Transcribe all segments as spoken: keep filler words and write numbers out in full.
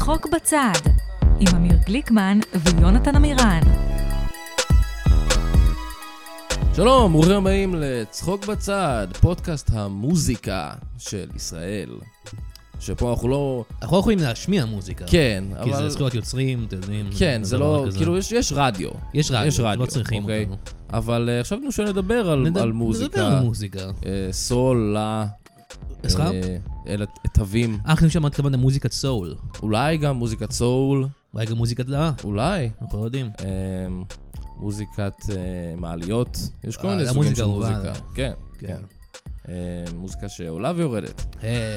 צחוק בצד, עם אמיר גליקמן ויונתן אמירן. שלום, ברוכים הבאים לצחוק בצד, פודקאסט המוזיקה של ישראל. שפה אנחנו לא... אנחנו לא יכולים להשמיע מוזיקה. כן, כי אבל... כי זה זכויות יוצרים, אתם יודעים. כן, זה לא... כזה. כאילו, יש, יש רדיו. יש רדיו, יש רדיו, לא צריכים אוקיי? אותנו. אבל uh, חשבנו שנדבר על, נד... על מוזיקה. נדבר על מוזיקה. Uh, סול, לה... סליחה? אלה תווים. אה, אני חושב שאתה מתכוון למוזיקת סול. אולי גם מוזיקת סול. אולי גם מוזיקת לה. אולי. אנחנו לא יודעים. Uh, מוזיקת uh, מעליות. יש כל אה, מיני סוגים של אהובה. מוזיקה. כן, כן. כן. Uh, מוזיקה שעולה ויורדת. היי.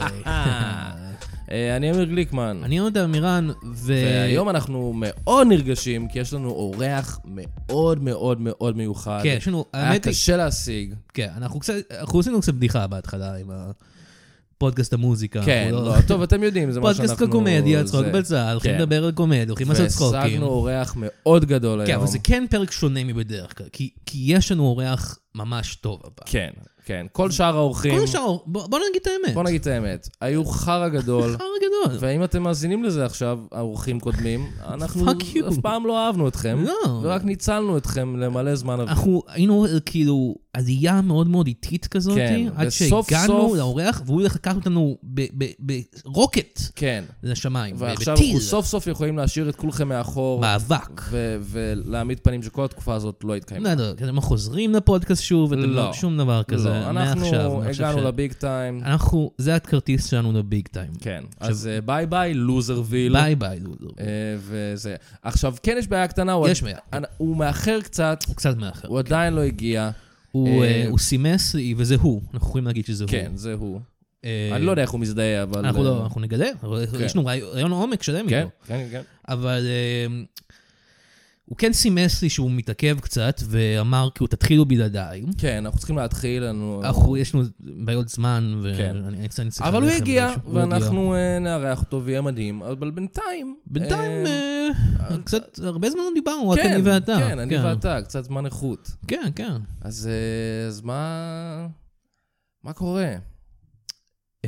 אני אמיר גליקמן. אני יונתן אמירן, ו... והיום אנחנו מאוד נרגשים, כי יש לנו אורח מאוד מאוד מאוד מיוחד. כן, יש לנו... היה האמת היא... קשה להשיג. כן, אנחנו קצת... אנחנו עשינו קצת בדיחה בהתחלה עם הפודקאסט המוזיקה. כן, אנחנו לא, טוב, אתם יודעים, זה מה שאנחנו... פודקאסט קומדיה, צחוק זה- בצד, הולכים כן. לדבר על קומדיה, הולכים לעשות צחוקים. והשגנו אורח מאוד גדול היום. כן, אבל זה כן פרק שונה מבדרך כלל, כי כי יש לנו אורח ממש טוב הפעם. כן, כן. כל שאר האורחים, כל השאר, בוא בוא נגיד את האמת. בוא נגיד את האמת, היו חרא גדול. חרא גדול. ואם אתם מאזינים לזה עכשיו, האורחים קודמים, אנחנו Fuck you. אף פעם לא אהבנו אתכם. לא. ורק ניצלנו אתכם למלא זמן עבור. אנחנו היינו כאילו עלייה מאוד מאוד איטית כזאת, כן, עד וסוף שהגענו סוף- לאורח, והוא לקח אותנו ב- ב- ברוקט כן. לשמיים, ועכשיו בטיל, אנחנו סוף סוף יכולים להשאיר את כולכם מאחור. מאבק. ו- ולהעמיד פנים שכל התקופה הזאת לא התקיימה. לא, לא, אתם חוזרים לפודקאסט שוב, אתם לא. לא שום דבר כזה, לא, אנחנו מעכשיו, אני חושב הגענו ש- לביג טיים. אנחנו, זה הכרטיס שלנו לביג טיים. כן, אז אה, ביי ביי, לוזרוויל. ביי ביי, לוזר. אה, וזה. עכשיו, כן יש בעיה קטנה, הוא- יש בעיה. הוא מאחר קצת, הוא קצת מאחר. הוא עדיין לא הגיע. הוא, אה, אה, הוא סימס לי, וזה הוא. אנחנו יכולים להגיד שזה כן, הוא. זה הוא. אה, אני לא יודע איך הוא מזדהה, אבל... אנחנו אה, לא, אנחנו נגלה. יש לנו רעיון עומק שלם כן, איתו. כן, כן. אבל אה, הוא כן סימס לי שהוא מתעכב קצת, ואמר כאילו תתחילו בלעדיי. כן, אנחנו צריכים להתחיל לנו... אנחנו, יש לנו בעיות זמן, כן. ואני קצת נצטרך... אבל הוא ללכת הגיע, משהו. הוא הגיע. ואנחנו אה, נארח אותו ויהיה מדהים, אבל בינתיים... בינתיים, אה, אה, קצת, הרבה זמן לא דיברנו, רק כן, אני ואתה. כן, אני ואתה, קצת זמן איכות. כן, כן. אז אה, אז מה... מה קורה? אה,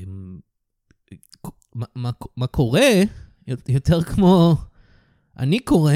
מה- מה- מה קורה? יותר כמו... אני קורא.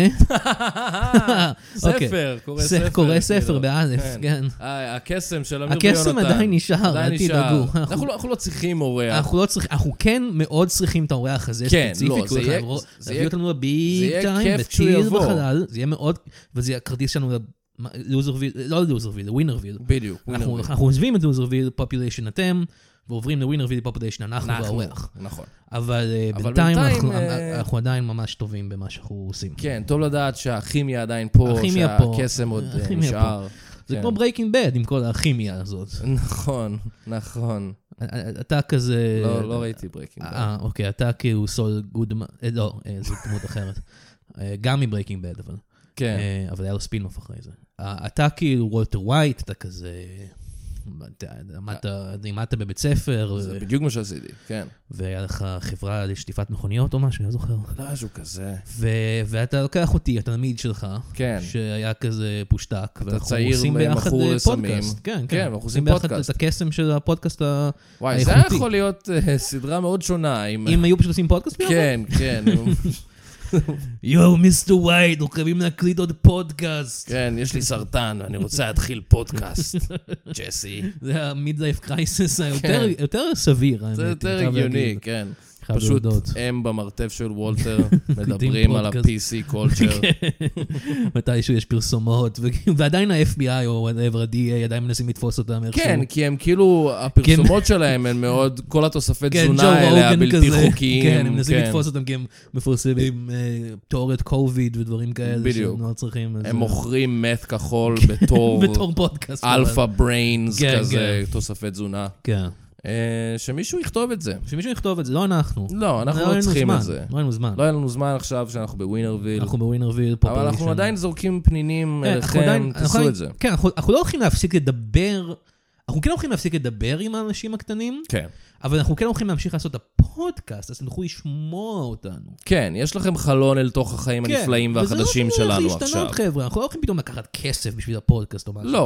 אוקיי. ספר, קורא ס- ספר. קורא ספר כאילו. באלף, כן. כן. אה, הקסם של אמיר הקסם ויונתן. עדיין נשאר, עדיין אל נשאר. תדאגו. אנחנו לא- אנחנו לא צריכים אורח. אנחנו לא צריכים, אנחנו כן מאוד צריכים את האורח הזה כן, ספציפית. לא, זה יהיה- זה להביא יהיה- אותנו זה לביג יהיה טיים, כיף כשהוא בטיל יבוא. בחלל, זה יהיה מאוד, וזה יהיה הכרטיס שלנו ללוזרוויל, לא ללוזרוויל, לווינרוויל. בדיוק. אנחנו ווינרוויל. אנחנו עוזבים את לוזרוויל, פופוליישן אתם, ועוברים לווינרוויל פופוליישן אנחנו אנחנו, והאורח. נכון. אבל אה, אבל בינתיים בינתיים, אנחנו- אה, אנחנו עדיין ממש טובים במה שאנחנו עושים. כן, טוב לדעת שהכימיה עדיין פה, הכימיה פה. שהקסם עוד אה, הכימיה נשאר. זה כן. כמו ברייקינג בד עם כל הכימיה הזאת. נכון, נכון. אתה כזה... לא לא ראיתי ברייקינג. אה, אוקיי, אתה כאילו סול גודמן, אה, לא, אה, זו דמות אחרת. אה, גם מברייקינג בד, אבל. כן. אה, אבל היה לו ספינוף אחרי זה. אה, אתה כאילו וולטר ווייט, אתה כזה... אתה למדת- לימדת בבית ספר, זה ו- בדיוק מה שעשיתי, כן. והיה לך חברה לשטיפת מכוניות או משהו, אני לא זוכר. לא, משהו כזה. ו- ואתה לוקח אותי, התלמיד שלך, כן. שהיה כזה פושטק, ואנחנו צעיר עושים ביחד מכור אה, לסמים. פודקאסט. כן, כן, כן. אנחנו עושים ביחד פודקאסט. את הקסם של הפודקאסט ה... וואי, זה האיכותי. יכול להיות אה, סדרה מאוד שונה. אם- אם היו פשוט עושים פודקאסט ביחד? כן, כן. יואו, מיסטר ווייט, אנחנו חייבים להקליט עוד פודקאסט. כן, יש לי סרטן, ואני רוצה להתחיל פודקאסט. ג'סי. זה המידלייף קרייסס היותר כן. יותר סביר, האמת. זה יותר אני חייב הגיוני, להגיד. כן. חייב פשוט להודות. הם במרתף של וולטר מדברים על פודקאסט. ה-פי סי קולצ'ר. מתישהו יש פרסומות, ו- ועדיין ה-אף בי איי או whatever, ה-די איי עדיין מנסים לתפוס אותם איכשהו. כן, כי הם כאילו, הפרסומות שלהם הן מאוד, כל התוספי כן, תזונה ג'ו האלה רוגן הבלתי כזה. חוקיים. כן, הם מנסים כן. לתפוס אותם כי הם מפורסמים אה, תיאוריית קוביד ודברים כאלה. בדיוק. שהם לא צריכים. אז, הם אה, מוכרים מת כחול בתור בתור פודקאסט. אלפא בריינס כן, כזה, תוספי תזונה. כן. אה, שמישהו יכתוב את זה. שמישהו יכתוב את זה, לא אנחנו. לא, אנחנו לא לא היה לנו צריכים זמן, את זה. לא היה לנו זמן. לא היה לנו זמן עכשיו שאנחנו בווינרוויל, אנחנו בווינרוויל, אבל אנחנו עדיין זורקים פנינים כן, אנחנו עדיין- אליכם, אנחנו תעשו עדיין- את זה. כן, אנחנו אנחנו לא הולכים להפסיק לדבר, אנחנו כן הולכים להפסיק לדבר עם האנשים הקטנים, כן. אבל אנחנו כן הולכים להמשיך לעשות את הפודקאסט, אז אתם תוכלו לשמוע אותנו. כן, יש לכם חלון אל תוך החיים הנפלאים והחדשים וזה לא שלנו הולך עכשיו. להשתנות, חבר'ה, אנחנו לא הולכים פתאום לקחת כסף בשביל הפודקאסט או משהו. לא,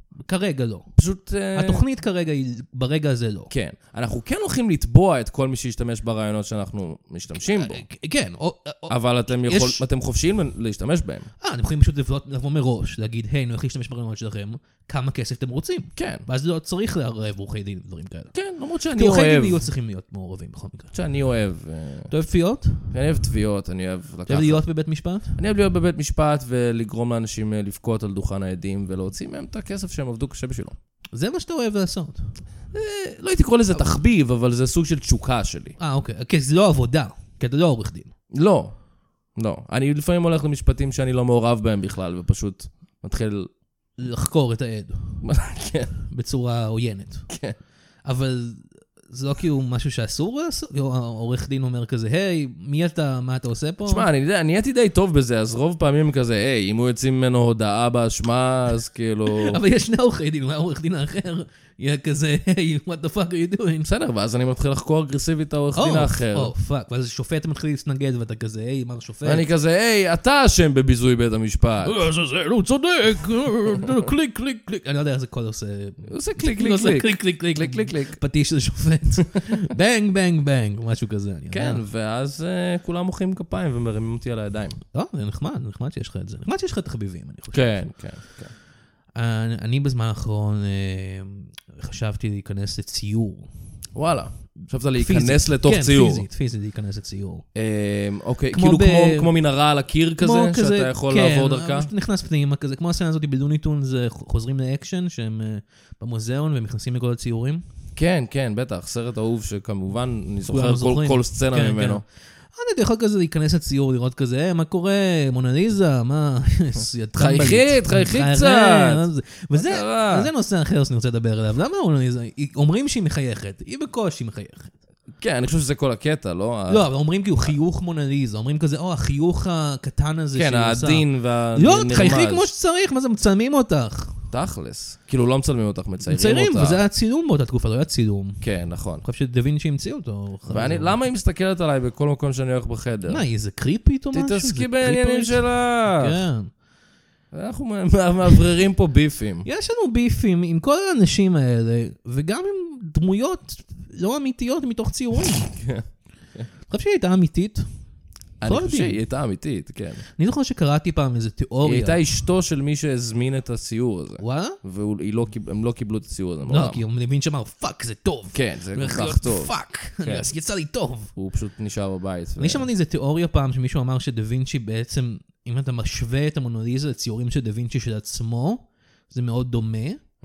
כרגע לא. פשוט... התוכנית כרגע היא, ברגע הזה לא. כן. אנחנו כן הולכים לתבוע את כל מי שישתמש ברעיונות שאנחנו משתמשים בו. כן. אבל אתם, יכול, אתם חופשיים להשתמש בהם. אה, אתם יכולים פשוט לבוא מראש, להגיד, היי, אני הולך להשתמש ברעיונות שלכם, כמה כסף אתם רוצים. כן. ואז לא צריך לערב עורכי דין ודברים כאלה. כן, למרות שאני כי אוהב... עורכי דין יהיו צריכים להיות מעורבים בכל מקרה. שאני אוהב... אתה אוהב תביעות? אני אוהב תביעות, אני אוהב לקחת... אתה אוהב להיות בבית משפט? אני אוהב להיות בבית משפט ולגרום לאנשים לבכות על דוכן העדים ולהוציא מהם את הכסף שהם עבדו קשה בשבילו. זה מה שאתה אוהב לעשות. לא הייתי קורא לזה תחביב, אבל זה סוג של תשוקה שלי. אה, אוקיי. כי זה לא עבודה, כי אתה לא עורך דין. לא, לא. אני לפעמים הולך למשפטים שאני לא מעורב בהם בכלל, ופשוט מתחיל... לחקור את העד. כן. בצורה עוינת. כן. אבל זה לא כאילו משהו שאסור לעשות? העורך דין אומר כזה, היי, מי אתה, מה אתה עושה פה? תשמע, אני נהייתי די טוב בזה, אז רוב פעמים כזה, היי, אם הוא יוצא ממנו הודעה באשמה, אז כאילו... אבל יש שני עורכי דין, העורך דין האחר יהיה כזה, היי, what the fuck are you doing? בסדר, ואז אני מתחיל לחקור אגרסיבית את העורך דין האחר. או, פאק, ואז השופט מתחיל להתנגד, ואתה כזה, היי, מה השופט? ואני כזה, היי, אתה אשם בביזוי בית המשפט. הוא צודק, קליק, קליק, קליק. אני לא יודע איך זה קול עושה... הוא עושה קליק, קליק, קליק. קליק, קליק, קליק, קליק, קליק, קליק. פטיש של שופט. בנג, בנג, בנג, משהו כזה. כן, ואז כולם מוחאים כפיים ומרימים אותי על הידיים. לא, זה נחמד, נחמד שיש לך את זה. נחמד שיש לך את החביבים, אני חושב. כן, כן, כן. אני בזמן האחרון חשבתי להיכנס לציור. וואלה. חשבת להיכנס לתוך כן, ציור. כן, פיזית, פיזית להיכנס לציור. אוקיי, כאילו כמו מנהרה על הקיר כזה, שאתה יכול לעבור דרכה? כן, נכנס פנימה כזה, כמו הסצנה הזאת בלוניטון, זה חוזרים לאקשן, שהם במוזיאון והם נכנסים לכל הציורים. כן, כן, בטח, סרט אהוב שכמובן אני זוכר כל סצנה ממנו. אני יכול כזה להיכנס לציור, לראות כזה, מה קורה, מונליזה, מה, חייכית, חייכית קצת. וזה נושא אחר שאני רוצה לדבר עליו. למה מונליזה? אומרים שהיא מחייכת, היא בקושי מחייכת. כן, אני חושב שזה כל הקטע, לא? לא, אבל אומרים כאילו חיוך מונליזה, אומרים כזה, או, החיוך הקטן הזה כן, העדין והנרמז. לא, תחייכי כמו שצריך, מה זה, מצלמים אותך. תכלס. כאילו לא מצלמים אותך, מציירים אותך. מציירים, וזה היה צילום באותה תקופה, לא היה צילום. כן, נכון. אני חושב שדווינצ'י המציאו אותו. למה היא מסתכלת עליי בכל מקום שאני הולך בחדר? מה, איזה קריפית או משהו? תתעסקי בעניינים שלה. כן. אנחנו מעבררים פה ביפים. יש לנו ביפים עם כל האנשים האלה, וגם עם דמויות לא אמיתיות מתוך ציורים. כן. אני חושב שהיא הייתה אמיתית. אני חושב שהיא הייתה אמיתית, כן. אני זוכר שקראתי פעם איזו תיאוריה. היא הייתה אשתו של מי שהזמין את הציור הזה. וואלה? והם לא קיבלו את הציור הזה. לא, כי הוא מבין שאמר, פאק, זה טוב. כן, זה כל כך טוב. פאק, יצא לי טוב. הוא פשוט נשאר בבית. אני שמעתי איזו תיאוריה פעם שמישהו אמר שדווינצ'י בעצם, אם אתה משווה את המונליזה לציורים של דווינצ'י של עצמו, זה מאוד דומה,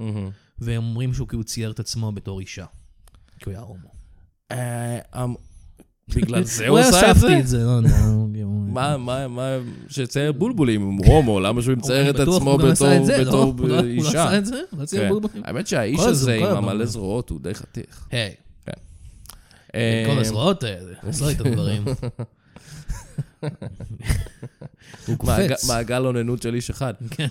והם אומרים שהוא כאילו צייר את עצמו בתור אישה. כי הוא היה הומו. בגלל זה הוא עושה את זה? הוא היה את זה, לא יודע. מה, מה, מה, שצייר בולבולים עם הומו, למה שהוא יצייר את עצמו בתור אישה? הוא לא עשה את זה? הוא לא צייר בולבולים. האמת שהאיש הזה עם המלא זרועות הוא די חתיך. היי. כל הזרועות האלה, עשו את הדברים. הוא קופץ. מעגל עוננות של איש אחד. כן.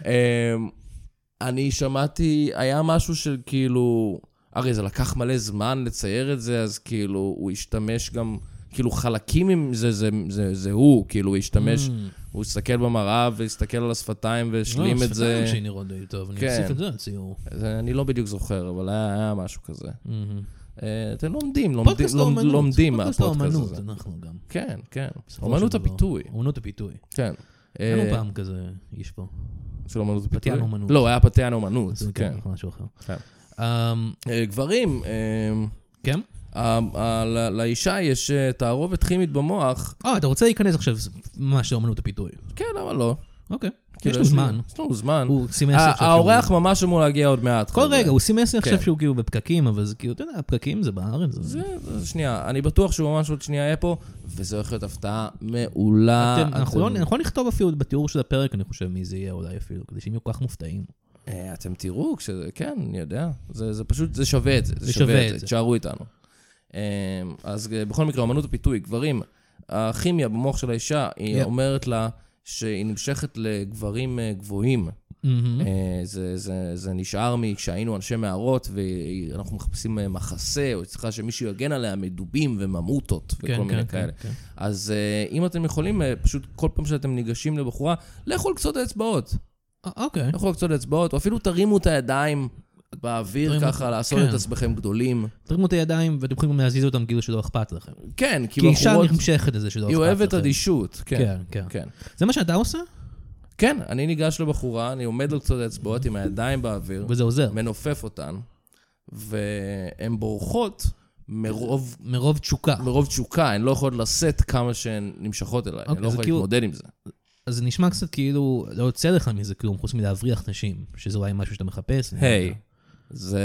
אני שמעתי, היה משהו של כאילו... הרי זה לקח מלא זמן לצייר את זה, אז כאילו הוא השתמש גם, כאילו חלקים עם זה, זה, זה, זה הוא, כאילו הוא השתמש, הוא הסתכל במראה והסתכל על השפתיים והשלים את זה. השפתיים שהיא נראות די טוב, אני אוסיף את זה לציור. אני לא בדיוק זוכר, אבל היה משהו כזה. אתם לומדים, לומדים מהפודקאסט הזה. אנחנו גם. כן, כן. אומנות הפיתוי. אומנות הפיתוי. כן. היה לנו פעם כזה איש פה. של אומנות הפיתוי? פתיין אומנות. לא, היה פתיין אומנות. כן, משהו אחר. כן. גברים, כן? לאישה יש תערובת כימית במוח. אה, אתה רוצה להיכנס עכשיו ממש לאמנות הפיתוי? כן, אבל לא. אוקיי. יש לו זמן. יש לנו זמן. האורח ממש אמור להגיע עוד מעט. כל רגע, הוא סימס לי עכשיו שהוא כאילו בפקקים, אבל זה כאילו, אתה יודע, הפקקים זה בארץ. זה, שנייה, אני בטוח שהוא ממש עוד שנייה יהיה פה, וזה הולך להיות הפתעה מעולה. אנחנו לא נכתוב אפילו בתיאור של הפרק, אני חושב מי זה יהיה אולי אפילו, כדי שהם יהיו כל כך מופתעים. אתם תראו, כן, אני יודע. זה פשוט, זה שווה את זה. זה שווה את זה. תשארו איתנו. אז בכל מקרה, אמנות הפיתוי, גברים, הכימיה במוח של האישה, היא אומרת לה שהיא נמשכת לגברים גבוהים. זה נשאר מכשהיינו אנשי מערות, ואנחנו מחפשים מחסה, או צריכה שמישהו יגן עליה מדובים וממוטות, וכל מיני כאלה. אז אם אתם יכולים, פשוט כל פעם שאתם ניגשים לבחורה, לאכול קצות האצבעות. אוקיי. לכו לקצות אצבעות, או אפילו תרימו את הידיים באוויר ככה, לעשות את עצמכם גדולים. תרימו את הידיים, ואתם יכולים גם להזיז אותם כאילו שלא אכפת לכם. כן, כי אישה נמשכת את זה שלא אכפת לכם. היא אוהבת אדישות, כן. כן. זה מה שאתה עושה? כן, אני ניגש לבחורה, אני עומד על קצות האצבעות עם הידיים באוויר. וזה עוזר. מנופף אותן, והן בורחות מרוב... מרוב תשוקה. מרוב תשוקה, הן לא יכולות לשאת כמה שהן נמשכות אליי, הן לא יכולות להתמודד עם זה. אז זה נשמע קצת כאילו, לא יוצא לך מזה כלום, חוץ מלהבריח נשים, שזה אולי משהו שאתה מחפש. היי, זה...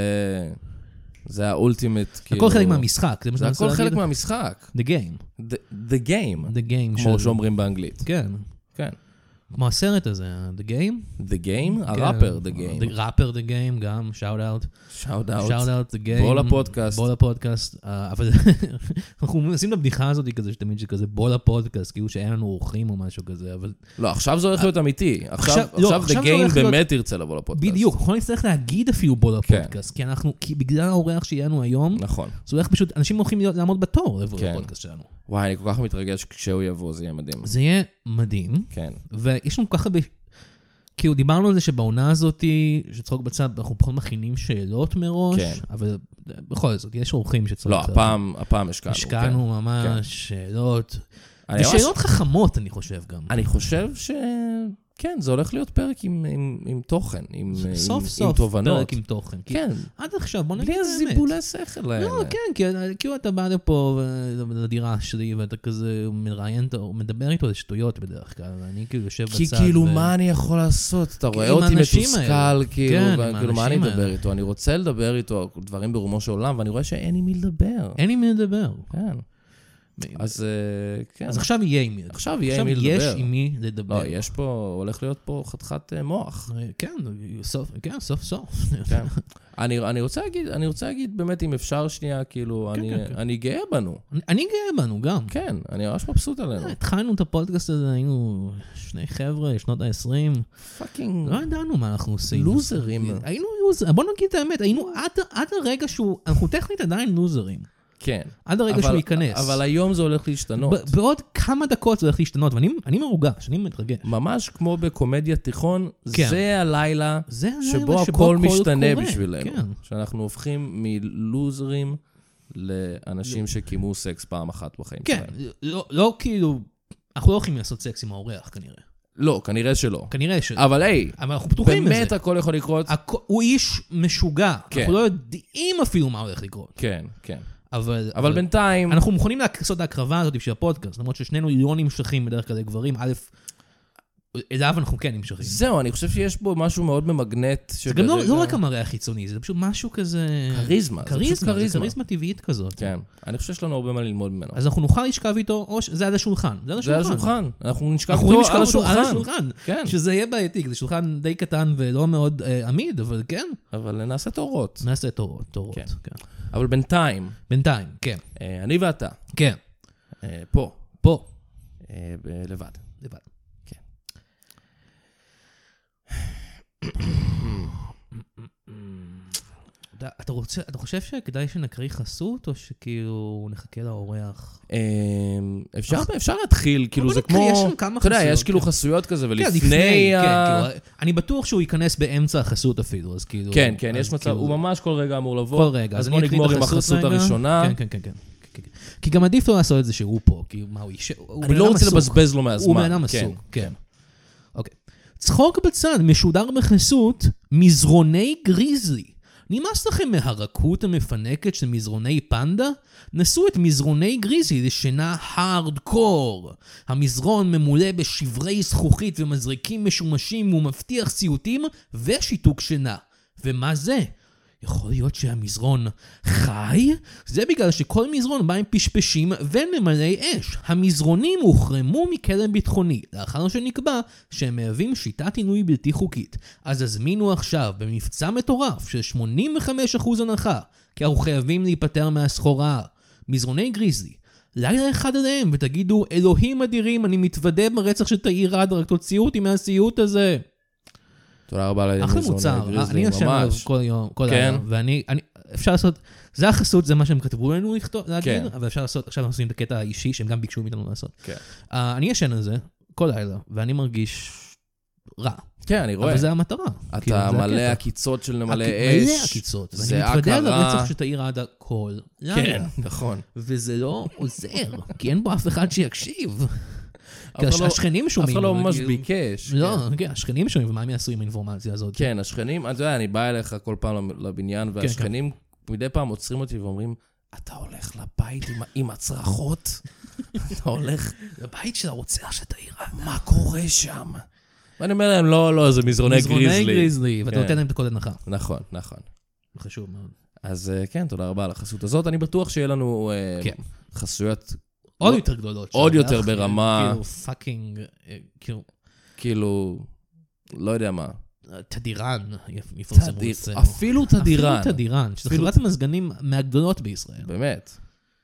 זה האולטימט, כאילו... הכל חלק מהמשחק. זה הכל חלק מהמשחק. The game. The game. The game. כמו שאומרים באנגלית. כן. כן. כמו הסרט הזה, The Game. The Game? הראפר, The Game. ראפר, The Game, גם, shout out. shout out. shout out, The Game. בוא לפודקאסט. בוא לפודקאסט. אבל אנחנו עושים את הבדיחה הזאת כזה, שתמיד שכזה, בוא לפודקאסט, כאילו שאין לנו אורחים או משהו כזה, אבל... לא, עכשיו זה הולך להיות אמיתי. עכשיו The Game באמת ירצה לבוא לפודקאסט. בדיוק, אנחנו לא נצטרך להגיד אפילו בוא לפודקאסט, כי אנחנו, כי בגלל האורח שיהיה לנו היום, נכון. זה הולך פשוט, אנשים הולכים לעמוד בתור לבוא לפודקאסט שלנו. וואי, אני כל כך מתרגש כשהוא יבוא, זה יהיה מדהים. זה יהיה מדהים. כן. ויש לנו ככה, כאילו דיברנו על זה שבעונה הזאת, שצחוק בצד, אנחנו פחות מכינים שאלות מראש, כן. אבל בכל זאת, יש אורחים שצריך... לא, הפעם, הפעם השקענו. השקענו ממש, שאלות. ושאלות חכמות, אני חושב גם. אני חושב ש... כן, זה הולך להיות פרק עם, עם, עם תוכן, עם, סוף עם, סוף עם תובנות. פרק עם תוכן. כן. עד עכשיו, בוא נגיד בלי את האמת. הזיבולי שכל האלה. לא, כן, כי כאילו אתה בא לפה לדירה שלי, ואתה כזה מראיין, או מדבר איתו על שטויות בדרך כלל, ואני כאילו יושב בצד. כי כאילו, ו... מה אני יכול לעשות? אתה רואה אותי מתוסכל, כאילו, כן, וכאילו, מה אני מדבר איתו? אני רוצה לדבר איתו דברים ברומו של עולם, ואני רואה שאין עם מי לדבר. אין עם מי לדבר. כן. אז כן. אז עכשיו יהיה עם מי לדבר. עכשיו יהיה עם מי לדבר. עכשיו יש עם מי לדבר. לא, יש פה, הולך להיות פה חתיכת מוח. כן, סוף, כן, סוף סוף. כן. אני, אני רוצה להגיד, אני רוצה להגיד באמת אם אפשר שנייה, כאילו, אני, אני גאה בנו. אני גאה בנו גם. כן, אני ממש מבסוט עלינו. התחלנו את הפודקאסט הזה, היינו שני חבר'ה, שנות ה-עשרים. פאקינג. לא ידענו מה אנחנו עושים. לוזרים. היינו לוזרים. בוא נגיד את האמת, היינו עד הרגע שהוא, אנחנו טכנית עדיין לוזרים. כן. עד הרגע שהוא ייכנס. אבל היום זה הולך להשתנות. בעוד כמה דקות זה הולך להשתנות, ואני מרוגש, אני מתרגש. ממש כמו בקומדיה תיכון, זה הלילה שבו הכל משתנה בשבילנו. שאנחנו הופכים מלוזרים לאנשים שקיימו סקס פעם אחת בחיים שלהם. כן, לא כאילו, אנחנו לא הולכים לעשות סקס עם האורח כנראה. לא, כנראה שלא. כנראה שלא. אבל היי, אבל אנחנו פתוחים בזה. באמת הכל יכול לקרות. הוא איש משוגע. אנחנו לא יודעים אפילו מה הולך לקרות. כן, כן. אבל, אבל בינתיים... אנחנו מוכנים לעשות את ההקרבה הזאת בשביל הפודקאסט, למרות ששנינו לא נמשכים בדרך כלל גברים. א', אליו אנחנו כן נמשכים. זהו, אני חושב שיש בו משהו מאוד ממגנט. זה גם לא, לא רק המראה החיצוני, זה פשוט משהו כזה... קריזמה. קריזמה, זה זה קריזמה טבעית כזאת. כן, אני חושב שיש לנו הרבה מה ללמוד ממנו. אז אנחנו נוכל לשכב איתו, או זה על השולחן. זה על השולחן. זה על השולחן. אנחנו נשכב אותו על השולחן. על השולחן. כן. שזה יהיה בעייתי, זה שולחן די קטן ולא מאוד אה, עמיד, אבל כן. אבל נעשה תורות. נעשה תורות, תורות, כן. כן. אבל בינתיים. בינתיים, כן. אה, אני ואתה. כן. אה, פה. פה. אה, לבד. לבד. כן. אתה רוצה, אתה חושב שכדאי שנקריא חסות, או שכאילו נחכה לאורח? אפשר, אפשר להתחיל, כאילו זה כמו, אתה יודע, יש כאילו חסויות כזה, ולפני ה... אני בטוח שהוא ייכנס באמצע החסות אפילו, אז כאילו... כן, כן, יש מצב, הוא ממש כל רגע אמור לבוא. כל רגע. אז בוא נגמור עם החסות הראשונה. כן, כן, כן, כן. כי גם עדיף לא לעשות את זה שהוא פה, כי מה הוא יישב... אני לא רוצה לבזבז לו מהזמן. הוא בן אדם עסוק, כן. אוקיי. צחוק בצד, משודר בחסות, מזרוני גריזלי. נמאס לכם מהרכות המפנקת של מזרוני פנדה? נסו את מזרוני גריזלי לשינה הארדקור. המזרון ממולא בשברי זכוכית ומזרקים משומשים ומבטיח סיוטים ושיתוק שינה. ומה זה? יכול להיות שהמזרון חי? זה בגלל שכל מזרון בא עם פשפשים ונמלי אש. המזרונים הוחרמו מכלא ביטחוני, לאחר שנקבע שהם מהווים שיטת עינוי בלתי חוקית. אז הזמינו עכשיו במבצע מטורף של שמונים וחמישה אחוז הנחה, כי אנחנו חייבים להיפטר מהסחורה. מזרוני גריזלי. לילה אחד עליהם ותגידו, אלוהים אדירים, אני מתוודה ברצח של תאיר עד, רק תוציאו אותי מהסיוט הזה. תודה רבה על מזרוני גריזלי, אני יושב עליו כל יום, כל היום, ואני, אפשר לעשות, זה החסות, זה מה שהם כתבו לנו להגיד, אבל אפשר לעשות, עכשיו אנחנו עושים את הקטע האישי, שהם גם ביקשו מאיתנו לעשות. אני ישן על זה, כל לילה, ואני מרגיש רע. כן, אני רואה. אבל זה המטרה. אתה מלא הקיצות של נמלא אש. מלא הקיצות. זה ואני מתוודע הכרה. לרצח שתאיר עד הכל. כן, נכון. וזה לא עוזר, כי אין בו אף אחד שיקשיב. כי השכנים שומעים. אף אחד לא ממש ביקש. לא, כן, השכנים שומעים, ומה הם יעשו עם האינפורמציה הזאת? כן, השכנים, אתה יודע, אני בא אליך כל פעם לבניין, והשכנים מדי פעם עוצרים אותי ואומרים, אתה הולך לבית עם הצרחות? אתה הולך לבית של הרוצח שתאיר עד. מה קורה שם? ואני אומר להם, לא, לא, זה מזרוני גריזלי. מזרוני גריזלי, ואתה נותן להם את כל הנחה. נכון, נכון. חשוב מאוד. אז כן, תודה רבה על החסות הזאת. אני בטוח שיהיה לנו חסויות עוד יותר גדולות. עוד יותר ברמה. כאילו פאקינג, כאילו... כאילו, לא יודע מה. תדירן, יפרסמו אצלנו. אפילו תדירן. אפילו תדירן, שזו חברת המזגנים מהגדולות בישראל. באמת.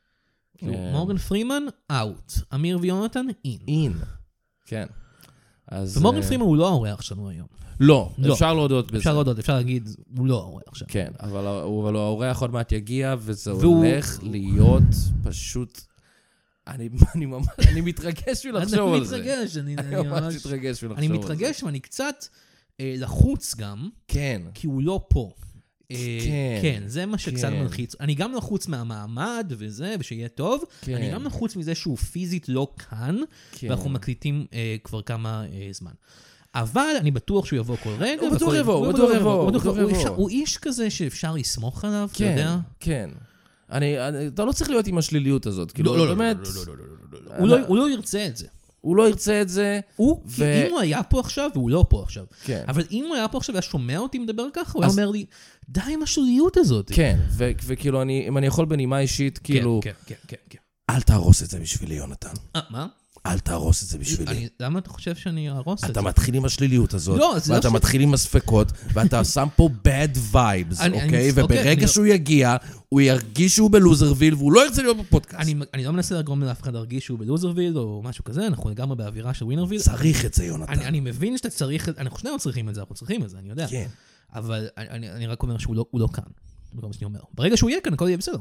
מורגן פרימן, אאוט. אמיר ויונתן, אין. אין. כן. ומורגן פרימן הוא לא האורח שלנו היום. לא, אפשר להודות בזה. אפשר להודות, אפשר להגיד, הוא לא האורח שלנו. כן, אבל האורח עוד מעט יגיע, וזה הולך להיות פשוט... אני ממש, אני מתרגש לחשוב על זה. אני מתרגש, אני ממש מתרגש לחשוב על זה. אני מתרגש ואני קצת לחוץ גם. כן. כי הוא לא פה. כן. כן, זה מה שקצת מלחיץ. אני גם לחוץ מהמעמד וזה, ושיהיה טוב. אני גם לחוץ מזה שהוא פיזית לא כאן, ואנחנו מקליטים כבר כמה זמן. אבל אני בטוח שהוא יבוא כל רגע. הוא בטוח יבוא, הוא בטוח יבוא. הוא איש כזה שאפשר לסמוך עליו, אתה יודע? כן, כן. אתה לא צריך להיות עם השליליות הזאת. לא, לא, לא, לא. הוא לא ירצה את זה. הוא לא ירצה את זה. הוא, כי אם הוא היה פה עכשיו, והוא לא פה עכשיו. כן. אבל אם הוא היה פה עכשיו, היה שומע אותי מדבר ככה, הוא היה אומר לי, די עם השליליות הזאת. כן, וכאילו, אם אני יכול בנימה אישית, כאילו... כן, כן, כן, כן. אל תהרוס את זה בשבילי, יונתן. אה, מה? אל תהרוס את זה בשבילי. למה אתה חושב שאני אהרוס את זה? אתה מתחיל עם השליליות הזאת, ואתה מתחיל עם הספקות, ואתה שם פה bad vibes, אוקיי? וברגע שהוא יגיע, הוא ירגיש שהוא בלוזרוויל, והוא לא ירצה להיות בפודקאסט. אני לא מנסה לגרום לאף אחד להרגיש שהוא בלוזרוויל, או משהו כזה, אנחנו לגמרי באווירה של ווינרוויל. צריך את זה, יונתן. אני מבין שאתה צריך, אנחנו שנינו צריכים את זה, אנחנו צריכים את זה, אני יודע. כן. אבל אני רק אומר שהוא לא כאן. ברגע שהוא יהיה כאן, הכל יהיה בסדר.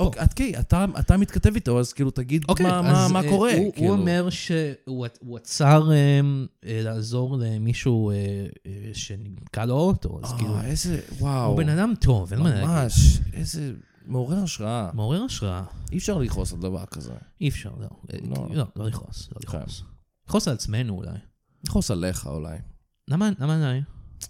אתה מתכתב איתו, אז כאילו תגיד מה קורה. הוא אומר שהוא עצר לעזור למישהו שנקע לו אוטו. איזה, וואו. הוא בן אדם טוב, אין מה להגיד. ממש, איזה מעורר השראה. מעורר השראה. אי אפשר לכעוס על דבר כזה. אי אפשר, לא. לא, לא לכעוס. לא לכעוס. לכעוס על עצמנו אולי. לכעוס עליך אולי. למה עליי?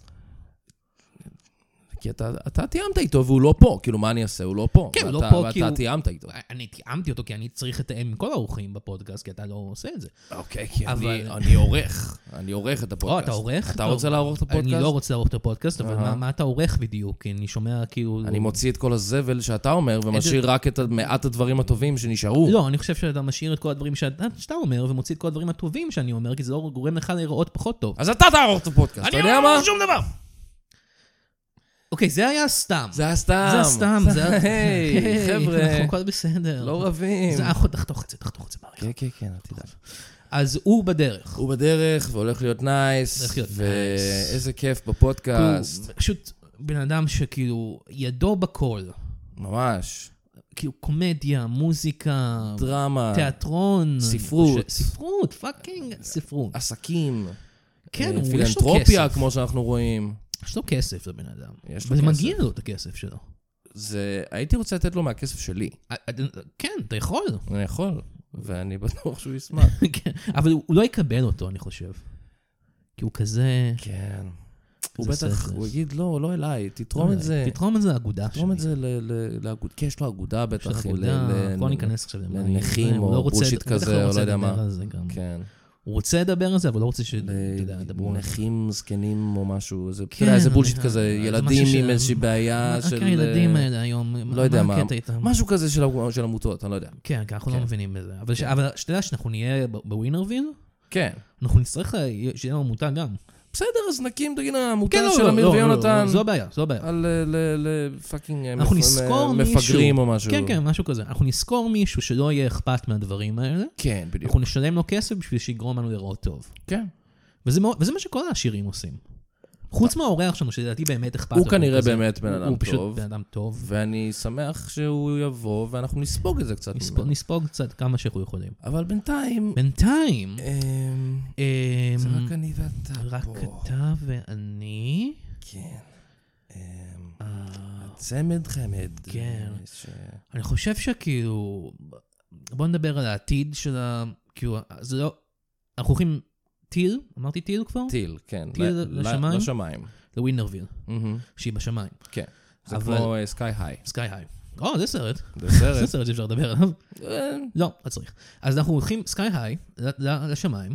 כי אתה, אתה תיאמת איתו והוא לא פה, כאילו מה אני אעשה? הוא לא פה. כן, הוא לא פה כי הוא... ואתה תיאמת איתו. אני תיאמתי אותו כי אני צריך לתאם עם כל האורחים בפודקאסט, כי אתה לא עושה את זה. אוקיי, כי אני, אני עורך. אני עורך את הפודקאסט. או, אתה עורך? אתה רוצה לערוך את הפודקאסט? אני לא רוצה לערוך את הפודקאסט, אבל מה, מה אתה עורך בדיוק? כי אני שומע כאילו... אני מוציא את כל הזבל שאתה אומר, ומשאיר רק את מעט הדברים הטובים שנשארו. לא, אני חושב שאתה משאיר את כל הדברים שאתה אומר, ומוציא את כל הדברים הטובים שאני אומר, כי זה לא גורם לך להיראות פחות טוב. אז אתה תערוך את הפודקאסט. אתה יודע מה? שום דבר. אוקיי, זה היה סתם. זה היה סתם. זה היה סתם. היי, חבר'ה. אנחנו הכל בסדר. לא רבים. זה היה, תחתוך את זה, תחתוך את זה בעריכה. כן, כן, כן, אל תדע. אז הוא בדרך. הוא בדרך, והולך להיות נייס. הולך להיות נייס. ואיזה כיף בפודקאסט. פשוט בן אדם שכאילו, ידו בכל. ממש. כאילו קומדיה, מוזיקה. דרמה. תיאטרון. ספרות. ספרות, פאקינג ספרות. עסקים. כן, הוא יש לו כסף. פילנטרופיה, כמו שאנחנו רואים. יש לו כסף, זה בן אדם. יש לו וזה כסף. מגיע לו את הכסף שלו. זה... הייתי רוצה לתת לו מהכסף שלי. כן, אתה יכול. אני יכול, ואני בטוח שהוא ישמח. כן, אבל הוא לא יקבל אותו, אני חושב. כי הוא כזה... כן. הוא בטח, הוא יגיד, לא, לא אליי, תתרום את זה. תתרום את זה לאגודה שלי. תתרום את זה לאגודה, כי יש לו אגודה בטח. בוא ניכנס עכשיו. לנכים או בולשיט כזה, או לא יודע מה. כן. הוא רוצה לדבר על זה, אבל לא רוצה שתדברו. נכים, זקנים או משהו, איזה בולשיט כזה, ילדים עם איזושהי בעיה של... הילדים האלה היום, לא יודע מה, משהו כזה של עמותות, אני לא יודע. כן, כי אנחנו לא מבינים בזה. אבל שתדע שאנחנו נהיה בווינרוויל, כן. אנחנו נצטרך שיהיה לנו עמותה גם. בסדר, אז נקים תגיד העמותה של אמיר ויונתן. זו הבעיה, זו הבעיה. על לפאקינג מפגרים או משהו. כן, כן, משהו כזה. אנחנו נזכור מישהו שלא יהיה אכפת מהדברים האלה. כן, בדיוק. אנחנו נשלם לו כסף בשביל שיגרום לנו לראות טוב. כן. וזה מה שכל העשירים עושים. חוץ מהאורח שלנו, שלדעתי באמת אכפת. הוא כנראה באמת בן אדם טוב. הוא פשוט בן אדם טוב. ואני שמח שהוא יבוא, ואנחנו נספוג את זה קצת. נספוג קצת כמה שאנחנו יכולים. אבל בינתיים... בינתיים... זה רק אני ואתה פה. רק אתה ואני... כן. צמד חמד. כן. אני חושב שכאילו... בוא נדבר על העתיד של ה... כאילו, זה לא... אנחנו הולכים טיל, אמרתי טיל כבר? טיל, כן. טיל לשמיים? לשמיים. לווינרוויל, שהיא בשמיים. כן. זה כמו סקאי היי. סקאי היי. או, זה סרט. זה סרט. זה סרט שאפשר לדבר עליו. לא, לא צריך. אז אנחנו הולכים סקאי היי לשמיים,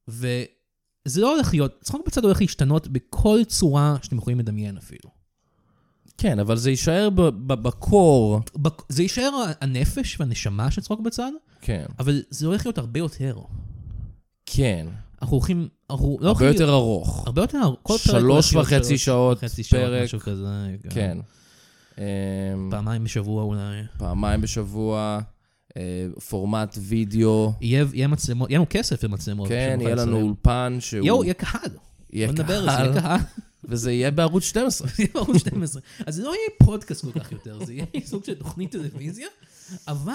וזה לא הולך להיות, צחוק בצד הולך להשתנות בכל צורה שאתם יכולים לדמיין אפילו. כן, אבל זה יישאר בקור. זה יישאר הנפש והנשמה של צחוק בצד, כן. אבל זה הולך להיות הרבה יותר. כן. אנחנו הולכים... הרבה יותר ארוך. הרבה יותר ארוך. שלוש וחצי שעות פרק. משהו כזה. כן. פעמיים בשבוע אולי. פעמיים בשבוע. פורמט וידאו. יהיה מצלמות, יהיה לנו כסף למצלמות. כן, יהיה לנו אולפן שהוא... יואו, יהיה קהל. יהיה קהל. יהיה קהל. וזה יהיה בערוץ שתים עשרה. זה יהיה בערוץ שתים עשרה. אז זה לא יהיה פודקאסט כל כך יותר, זה יהיה סוג של תוכנית טלוויזיה, אבל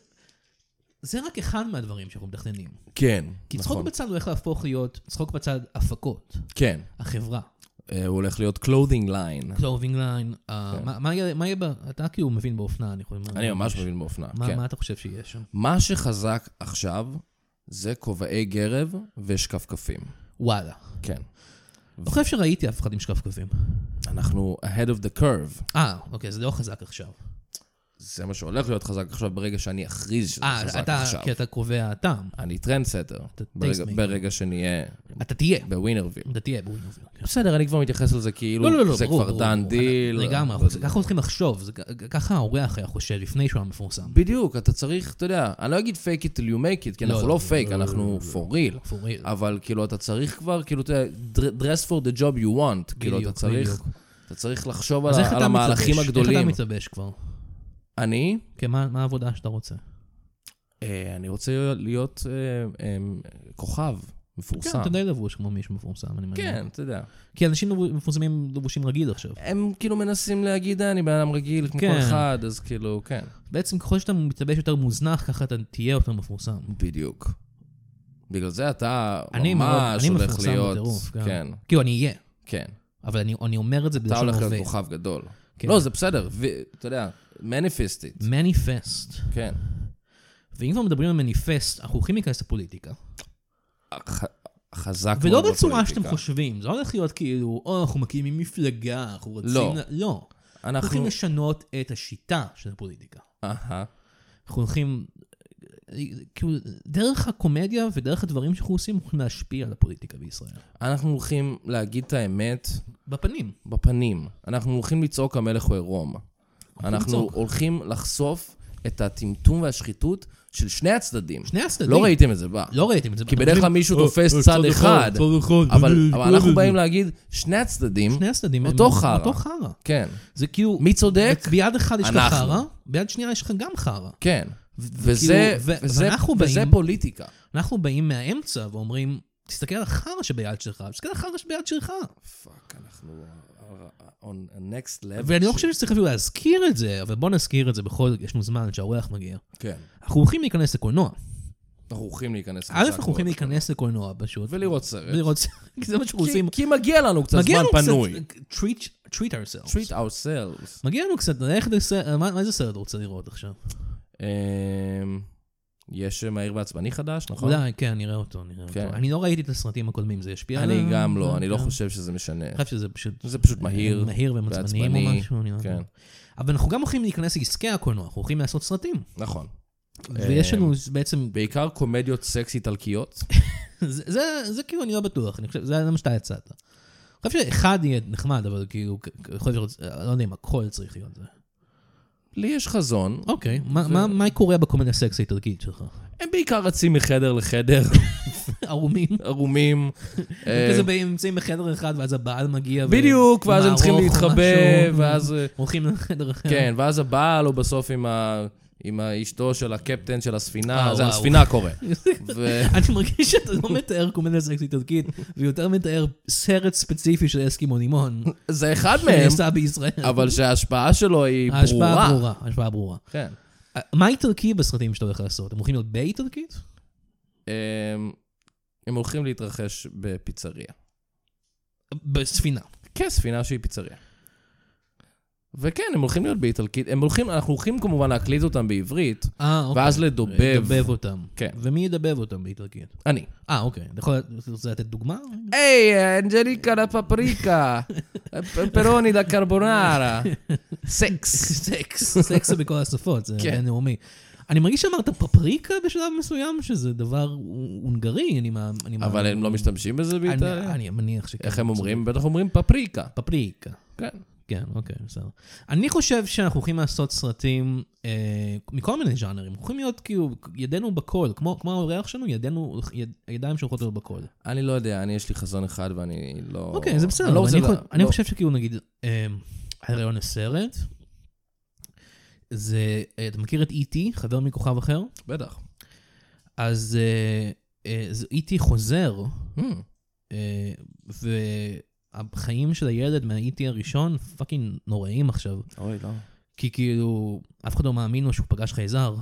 זה רק אחד מהדברים שאנחנו מתכננים. כן, כי צחוק בצד הולך להפוך להיות, צחוק בצד הפקות. כן. החברה. הוא הולך להיות clothing line. clothing line. מה יהיה בה? אתה כאילו מבין באופנה, אני יכול... אני ממש מבין באופנה, כן. מה אתה חושב שיהיה שם? מה שחזק עכשיו זה כובעי גרב ושקפקפים. וואלה. כן. לא חושב שראיתי אף אחד עם שקפקפים. אנחנו ahead of the curve. אה, אוקיי, זה לא חזק עכשיו. זה מה שהולך להיות חזק עכשיו ברגע שאני אכריז שזה חזק עכשיו. כי אתה קובע הטעם. אני טרנדסטר. ברגע שנהיה... אתה תהיה. בווינרוויל. אתה תהיה בווינרוויל. בסדר, אני כבר מתייחס לזה כאילו זה כבר דן דיל. לגמרי, ככה צריכים לחשוב. ככה האורח היה חושב לפני שהוא היה מפורסם. בדיוק, אתה צריך, אתה יודע, אני לא אגיד fake it till you make it, כי אנחנו לא fake, אנחנו for real. אבל כאילו אתה צריך כבר, כאילו, dress for the job you want. כאילו אתה צריך... אתה צריך לחשוב על המהלכים הגדולים. איך אתה מתלבש כבר? אני? כן, מה העבודה שאתה רוצה? אני רוצה להיות כוכב, מפורסם. כן, אתה די לבוש כמו מישהו מפורסם, אני מניח. כן, אתה יודע. כי אנשים מפורסמים לבושים רגיל עכשיו. הם כאילו מנסים להגיד, אני בן אדם רגיל כמו כל אחד, אז כאילו, כן. בעצם ככל שאתה מתלבש יותר מוזנח, ככה אתה תהיה יותר מפורסם. בדיוק. בגלל זה אתה ממש הולך להיות... כן. כאילו, אני אהיה. כן. אבל אני אומר את זה בלשון אתה הווה. הולך להיות כוכב גדול. לא, זה בסדר. אתה יודע, מניפסטית. מניפסט. כן. ואם כבר מדברים על מניפסט, אנחנו הולכים להיכנס לפוליטיקה. חזק מאוד ולא בפוליטיקה. בצורה שאתם חושבים. זה לא הולך להיות כאילו, או, אנחנו מקימים מפלגה, אנחנו רוצים... לא. לא. אנחנו הולכים לשנות את השיטה של הפוליטיקה. אהה. אנחנו הולכים... כאילו, דרך הקומדיה ודרך הדברים שאנחנו עושים, אנחנו הולכים להשפיע על הפוליטיקה בישראל. אנחנו הולכים להגיד את האמת... בפנים. בפנים. אנחנו הולכים לצעוק המלך הוא עירום. אנחנו הולכים לחשוף את הטמטום והשחיתות של שני הצדדים. שני הצדדים. לא ראיתם את זה בה. לא ראיתם את זה. כי בדרך כלל מישהו תופס צד אחד. אבל אנחנו באים להגיד, שני הצדדים, שני הצדדים. אותו חרא. אותו חרא. כן. זה כאילו... מי צודק? ביד אחד יש לך חרא, ביד שנייה יש לך גם חרא. כן. וזה פוליטיקה. אנחנו באים מהאמצע ואומרים, תסתכל על החרא שביד שלך, תסתכל על החרא שביד שלך. פאק, אנחנו on a next level. ואני לא חושב שצריך אפילו להזכיר את זה, אבל בוא נזכיר את זה בכל זאת, יש לנו זמן עד שהאורח מגיע. כן. אנחנו הולכים להיכנס לקולנוע. אנחנו הולכים להיכנס א', אנחנו הולכים להיכנס לקולנוע פשוט. ולראות סרט. ולראות סרט, כי זה מה שאנחנו עושים. כי מגיע לנו קצת זמן פנוי. treat ourselves. treat ourselves. מגיע לנו קצת, ללכת לסרט, מה איזה סרט רוצה לראות עכשיו? יש מהיר ועצבני חדש, נכון? אולי, כן, נראה אותו, נראה אותו. אני לא ראיתי את הסרטים הקודמים, זה ישפיע עליהם? אני גם לא, אני לא חושב שזה משנה. אני חושב שזה פשוט... זה פשוט מהיר. מהיר ומצבניים או משהו, אני לא יודע. כן. אבל אנחנו גם הולכים להיכנס לעסקי הקולנוע, אנחנו הולכים לעשות סרטים. נכון. ויש לנו בעצם... בעיקר קומדיות סקס איטלקיות. זה כאילו, אני לא בטוח, אני חושב, זה מה שאתה יצאת. אני חושב שאחד יהיה נחמד, אבל כאילו, לא יודע אם הכל צריך להיות זה. לי יש חזון. אוקיי, מה קורה בקומדיה סקס האיטלקית שלך? הם בעיקר רצים מחדר לחדר. ערומים. ערומים. כזה נמצאים בחדר אחד, ואז הבעל מגיע. בדיוק, ואז הם צריכים להתחבא, ואז... הולכים לחדר אחר. כן, ואז הבעל הוא בסוף עם ה... עם האשתו של הקפטן של הספינה, זה הספינה קורה. אני מרגיש שאתה לא מתאר קומדיה סקס איטלקית, ויותר מתאר סרט ספציפי של אסקימו לימון. זה אחד מהם, שנעשה בישראל. אבל שההשפעה שלו היא ברורה. ההשפעה ברורה, ההשפעה ברורה. כן. מה איטלקי בסרטים שאתה הולך לעשות? הם הולכים להיות באיטלקית? הם הולכים להתרחש בפיצריה. בספינה. כן, ספינה שהיא פיצריה. וכן, הם הולכים להיות באיטלקית. הם הולכים, אנחנו הולכים כמובן להקליט אותם בעברית, ואז לדובב. לדובב אותם. כן. ומי ידבב אותם באיטלקית? אני. אה, אוקיי. אתה יכול לתת דוגמה? היי, אנג'ליקה דה פפריקה, פרוני דה קרבונרה, סקס. סקס. סקס זה בכל השפות, זה בינלאומי. אני מרגיש שאמרת פפריקה בשלב מסוים, שזה דבר הונגרי, אני מה... אבל הם לא משתמשים בזה באיטליה? אני מניח שכן. איך הם אומרים? בטח אומרים פפריקה. פפריקה. כן. כן, אוקיי, בסדר. אני חושב שאנחנו הולכים לעשות סרטים אה, מכל מיני ז'אנרים. אנחנו הולכים להיות כאילו ידנו בכל, כמו, כמו האורח שלנו, ידנו, יד, ידיים שהולכות להיות בכל. אני לא יודע, אני יש לי חזון אחד ואני לא... אוקיי, זה בסדר. אני, לא אני, חושב, לא... אני חושב שכאילו נגיד, אה, הרעיון הסרט, זה, אה, אתה מכיר את אי טי, חבר מכוכב אחר? בטח. אז אה, אה, זה אי טי חוזר, hmm. אה, ו... החיים של הילד מה-אי טי הראשון פאקינג נוראים עכשיו. אוי, לא. כי כאילו, אף אחד לא מאמין לו שהוא פגש חייזר.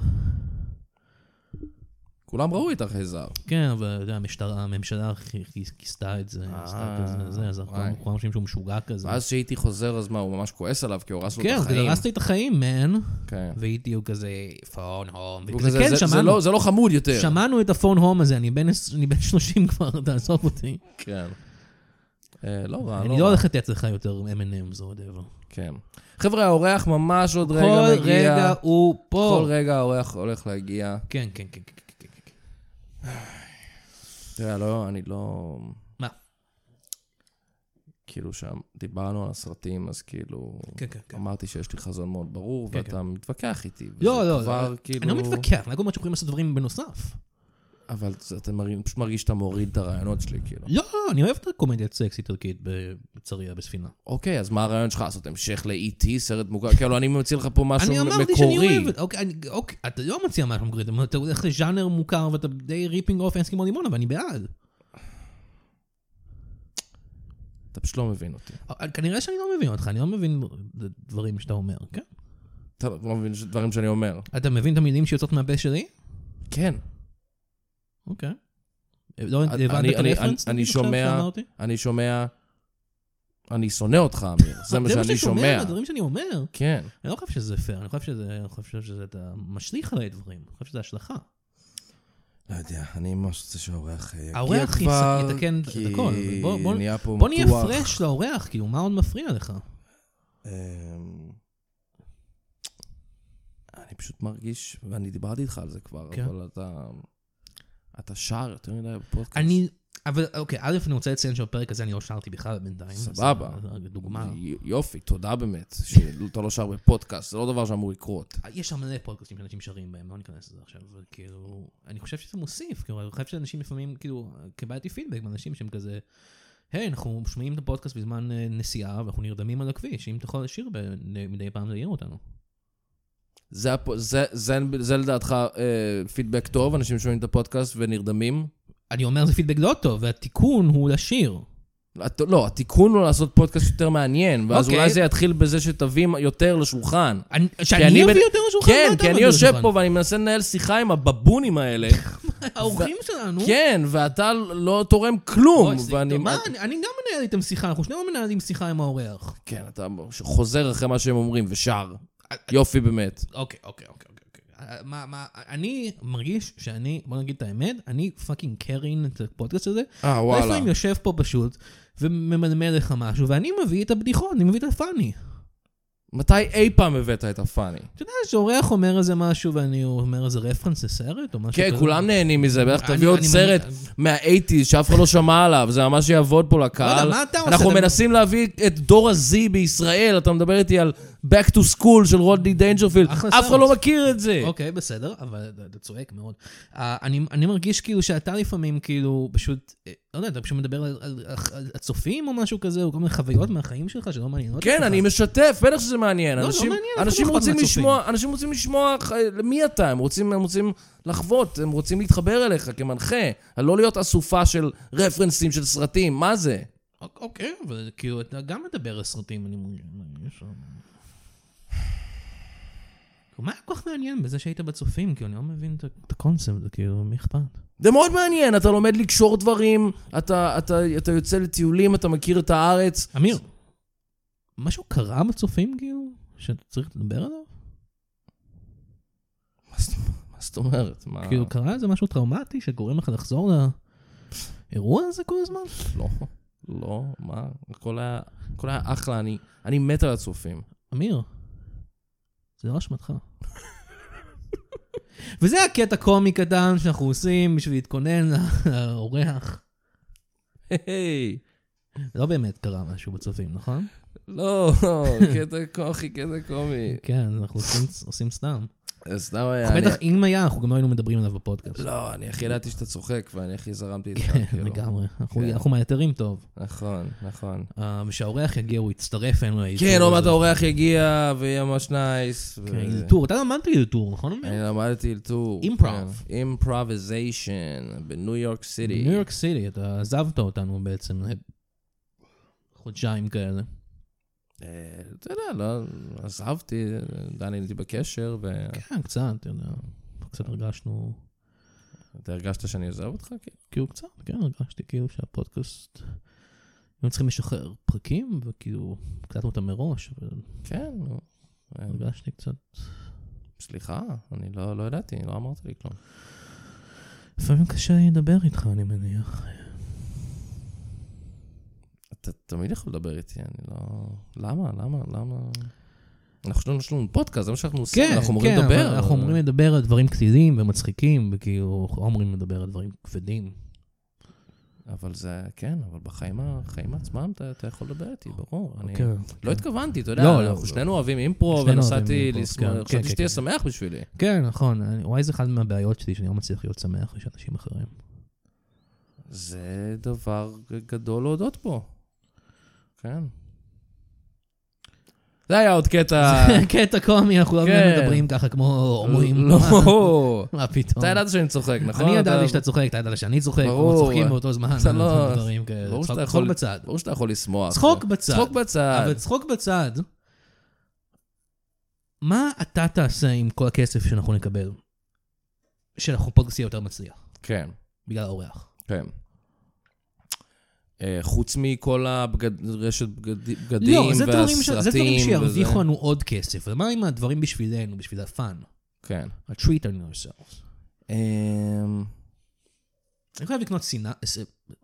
כולם ראו את החייזר. כן, אבל המשטרה, הממשלה כיסתה את זה, עשתה כזה, אז כולם חושבים שהוא משוגע כזה. ואז שהייתי חוזר, אז מה, הוא ממש כועס עליו, כי הוא הרס לו את החיים. כן, הרסת את החיים, מן. כן. והייתי הוא כזה, פון הום. זה לא חמוד יותר. שמענו את הפון הום הזה, אני בן שלושים כבר, תעזוב אותי. כן. לא רע, אני לא הולך לתת לך יותר אם אנד אמס או דבר. כן. חבר'ה, האורח ממש עוד רגע מגיע. כל רגע הוא פה. כל רגע האורח הולך להגיע. כן, כן, כן, כן, כן. תראה, לא, אני לא... מה? כאילו שם, דיברנו על הסרטים, אז כאילו... כן, כן, כן. אמרתי שיש לי חזון מאוד ברור, ואתה מתווכח איתי. לא, לא, אני לא מתווכח, אני לא אומר שיכולים לעשות דברים בנוסף. אבל אתה פשוט מרגיש שאתה מוריד את הרעיונות שלי, כאילו. לא, אני אוהב את הקומדיית סקס איטלקית בצריה, בספינה. אוקיי, אז מה הרעיון שלך? לעשות המשך ל-אי טי, סרט מוכר? כאילו, אני מציע לך פה משהו מקורי. אני אמרתי שאני אוהב, אוקיי, אתה לא מציע משהו מקורי, אתה הולך לז'אנר מוכר, ואתה די ריפינג אוף אסקימו לימון, אבל אני בעד. אתה פשוט לא מבין אותי. כנראה שאני לא מבין אותך, אני לא מבין דברים שאתה אומר, כן? אתה לא מבין דברים שאני אומר. אתה מבין את המילים שיוצאות מהפה שלי? כן. אוקיי. לא הבנת את הרפרנס? אני שומע, אני שומע, אני שונא אותך, אמיר. זה מה שאני שומע. זה הדברים שאני אומר. כן. אני לא חושב שזה פייר, אני חושב שזה, אתה משליך עליי דברים. אני חושב שזה השלכה. לא יודע, אני ממש רוצה שהאורח יגיע כבר. האורח יתקן את הכל. בוא נהיה פרש לאורח, כאילו, מה עוד מפריע לך? אני פשוט מרגיש, ואני דיברתי איתך על זה כבר, אבל אתה... אתה שר יותר מדי בפודקאסט. אני, אבל אוקיי, א' אני רוצה לציין שבפרק הזה אני לא שרתי בכלל בינתיים. סבבה. דוגמה. יופי, תודה באמת, שאתה לא שר בפודקאסט, זה לא דבר שאמור לקרות. יש שם מלא פודקאסטים שאנשים שרים בהם, לא ניכנס לזה עכשיו, אבל כאילו, אני חושב שזה מוסיף, כאילו, אני חושב שאנשים לפעמים, כאילו, קיבלתי פידבק מאנשים שהם כזה, היי, אנחנו שומעים את הפודקאסט בזמן נסיעה, ואנחנו נרדמים על הכביש, אם אתה יכול לשיר מדי פעם זה יהיה אותנו. זה, זה, זה, זה לדעתך אה, פידבק טוב, אנשים שומעים את הפודקאסט ונרדמים? אני אומר זה פידבק לא טוב, והתיקון הוא לשיר. לא, התיקון הוא לעשות פודקאסט יותר מעניין, ואז אוקיי. אולי זה יתחיל בזה שתבים יותר לשולחן. אני, שאני אביא יותר לשולחן? כן, כי אני יושב פה ואני מנסה לנהל שיחה עם הבבונים האלה. האורחים שלנו. כן, ואתה לא תורם כלום. ואני... מה, אני, אני גם מנהל איתם שיחה, אנחנו שנינו מנהלים שיחה עם האורח. כן, אתה חוזר אחרי מה שהם אומרים ושר. יופי באמת. אוקיי, אוקיי, אוקיי. מה, מה, אני מרגיש שאני, בוא נגיד את האמת, אני פאקינג קרין את הפודקאסט הזה. אה, וואלה. לפעמים יושב פה פשוט, וממלמד לך משהו, ואני מביא את הבדיחות, אני מביא את הפאני. מתי אי פעם הבאת את הפאני? אתה יודע, שאורח אומר איזה משהו, ואני אומר איזה רפרנס לסרט, או משהו כן, כולם נהנים מזה, בטח תביא עוד סרט מה-שמונים שאף אחד לא שמע עליו, זה ממש יעבוד פה לקהל. אנחנו מנסים להביא את דור הזי בישראל, אתה מדבר איתי על Back to School של רודני דיינג'רפילד. אף אחד לא מכיר את זה. אוקיי, בסדר, אבל אתה צועק מאוד. אני מרגיש כאילו שאתה לפעמים כאילו פשוט, לא יודע, אתה פשוט מדבר על הצופים או משהו כזה, או כל מיני חוויות מהחיים שלך שלא מעניינות. כן, אני משתף, בטח שזה מעניין. אנשים רוצים לשמוע, אנשים רוצים לשמוע מי אתה, הם רוצים לחוות, הם רוצים להתחבר אליך כמנחה, לא להיות אסופה של רפרנסים של סרטים, מה זה? אוקיי, אבל כאילו אתה גם מדבר על סרטים, אני מרגיש. מה כל כך מעניין בזה שהיית בצופים? כי אני לא מבין את הקונספט, זה כאילו, מי אכפת? זה מאוד מעניין, אתה לומד לקשור דברים, אתה, אתה, אתה יוצא לטיולים, אתה מכיר את הארץ. אמיר, משהו קרה בצופים כאילו, שאתה צריך לדבר עליו? מה זאת אומרת? כאילו קרה איזה משהו טראומטי שגורם לך לחזור לאירוע הזה כל הזמן? לא, לא, מה? הכל היה, הכל היה אחלה, אני, אני מת על הצופים. אמיר, זה לא אשמתך. וזה הקטע קומי קטן שאנחנו עושים בשביל להתכונן לאורח. היי. לא באמת קרה משהו בצופים, נכון? לא, קטע קומי, קטע קומי. כן, אנחנו עושים סתם. סתם היה. בטח אם היה, אנחנו גם לא היינו מדברים עליו בפודקאסט. לא, אני הכי ידעתי שאתה צוחק, ואני הכי זרמתי איתך. כן, לגמרי. אנחנו מאתרים טוב. נכון, נכון. ושהאורח יגיע, הוא יצטרף אלינו. כן, עוד מעט האורח יגיע, ויהיה ממש נייס. כן, אלתור. אתה למדת אלתור, נכון? אני למדתי אלתור. אימפרוב. אימפרוביזיישן, בניו יורק סיטי. בניו יורק סיטי, אתה עזבת אותנו בעצם. חודשיים כאלה. אתה יודע, לא, עזבתי, עדיין הייתי בקשר, ו... כן, קצת, אתה יודע, קצת הרגשנו... אתה הרגשת שאני עוזב אותך? כאילו קצת, כן, הרגשתי כאילו שהפודקאסט... הם צריכים לשחרר פרקים, וכאילו, קלטנו אותם מראש, אבל... כן, הרגשתי קצת... סליחה, אני לא, לא ידעתי, לא אמרת לי כלום. לפעמים קשה לדבר איתך, אני מניח. אתה תמיד יכול לדבר איתי, אני לא... למה? למה? למה? אנחנו יש לנו פודקאסט, זה מה שאנחנו עושים, כן, אנחנו אומרים כן, לדבר. אנחנו אומרים לדבר על דברים קלילים ומצחיקים, וכאילו, אנחנו אומרים לדבר על דברים כבדים. אבל זה, כן, אבל בחיים החיים עצמם אתה, אתה יכול לדבר איתי, ברור. אני כן, לא כן. התכוונתי, אתה יודע, לא, אנחנו לא, שנינו לא. אוהבים אימפרו, ונסעתי, כן, חשבתי כן, שתהיה כן. שמח בשבילי. כן, נכון. אני- וואי, זה אחד מהבעיות שלי, שאני לא מצליח להיות שמח יש אנשים אחרים. זה דבר גדול להודות בו. כן. זה היה עוד קטע... קטע קומי, אנחנו לא כן. מדברים ככה כמו הומואים. לא. מה פתאום? אתה ידעת שאני צוחק, נכון? אני ידעתי אתה- שאתה צוחק, אתה ידעת שאני צוחק, ברור. אנחנו צוחקים באותו זמן. אתה לא- דברים כאלה. ברור שאתה צחוק- יכול- צחוק בצד. ברור שאתה יכול לשמוח. צחוק בצד. צחוק בצד. אבל צחוק בצד, מה אתה תעשה עם כל הכסף שאנחנו נקבל? שאנחנו פודקאסט יהיה יותר מצליח, כן, בגלל האורח. כן. אה, חוץ מכל הרשת בגדים לא, זה דברים ש- והסרטים. זה דברים וזה- שירוויחו לנו עוד כסף. אבל מה עם הדברים בשבילנו, בשביל הפאן? כן. ה-treat on ourselves. אמ, אני חייב לקנות סינה, ס-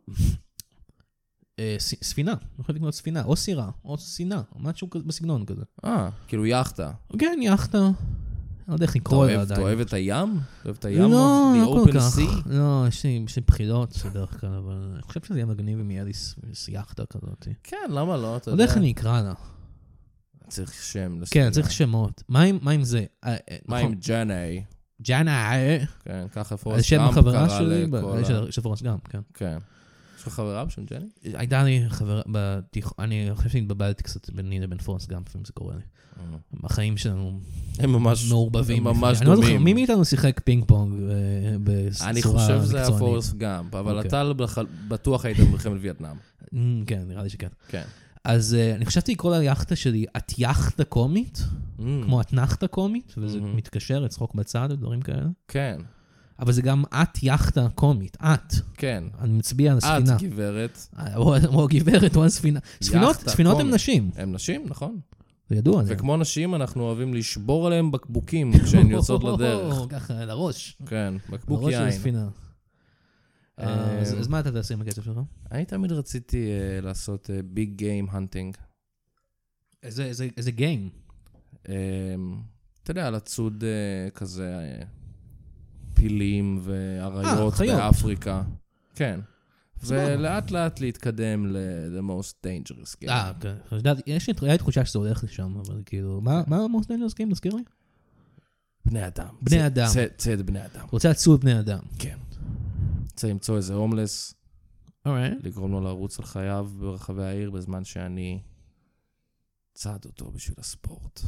אה, ס- ספינה. אני חייב לקנות ספינה, או סירה, או סינה, או משהו כזה- בסגנון כזה. אה, כאילו יחטה. כן, יחטה. לא יודע איך אתה לקרוא לה אוהב- עדיין. אתה אוהב את הים? אתה אוהב את הים? לא, The לא כל open כך. sea? לא, יש לי יש לי בחילות בדרך כלל, אבל אני חושב שזה יהיה מגניב אם יהיה לי ס- ס- יחטה כזאת. כן, למה לא? אתה לא יודע יודע. איך אני אקרא לה. צריך שם. כן, צריך שמות. מה עם- מה עם זה? אה, אה, מה נכון. עם ג'ני? ג'אנה, אה, כן, ככה על פורסט שם גאמפ החברה קרא שלי, לכל של- ה- של פורסט גאמפ, כן. כן. יש לך חברה בשם ג'ני? הייתה לי חברה, בתיכון, אני חושב שהתבלבלתי קצת ביני לבין פורסט גאמפ, לפעמים זה קורה לי. החיים שלנו הם ממש מעורבבים. הם ממש אני לא זוכר, דומים. מי מאיתנו שיחק פינג פונג אה, בצורה אני חושב שזה היה מקצוענית? פורסט גאמפ, אבל אוקיי. אתה בח- בטוח היית במלחמת וייטנאם. אמ, כן, נראה לי שכן. כן. אז אה, אני חשבתי לקרוא ליאכטה שלי את יאכטה קומית, Mm, כמו אתנחתה קומית, וזה מהמם. מתקשר לצחוק בצד ודברים כאלה. כן, אבל זה גם את יאכטה קומית, את. כן. אני מצביע על הספינה. את גברת. או או גברת או על ספינה. ספינות יאכטה ספינות הן קומית. נשים, הם נשים, נכון. זה ידוע. זה. וכמו נשים אנחנו אוהבים לשבור עליהם בקבוקים כשהן יוצאות לדרך. ככה, לראש. כן, בקבוק לראש של יין. הספינה. אה, אז אה, אז מה אתה תעשה עם הכסף שלך? אני תמיד רציתי אה, לעשות ביג גיים הנטינג. איזה- איזה איזה גיים. אתה יודע, לצוד אה, כזה אה, פילים ואריות חיות. באפריקה. כן. ולאט לאט להתקדם ל-the most dangerous game. אה, כן. יש לי תחושה שזה הולך לשם, אבל כאילו, מה ה-most dangerous game, תזכיר לי? בני אדם. בני אדם. צייד בני אדם. רוצה לצוד בני אדם. כן. רוצה למצוא איזה הומלס, אוקיי. לגרום לו לרוץ על חייו ברחבי העיר, בזמן שאני צעד אותו בשביל הספורט.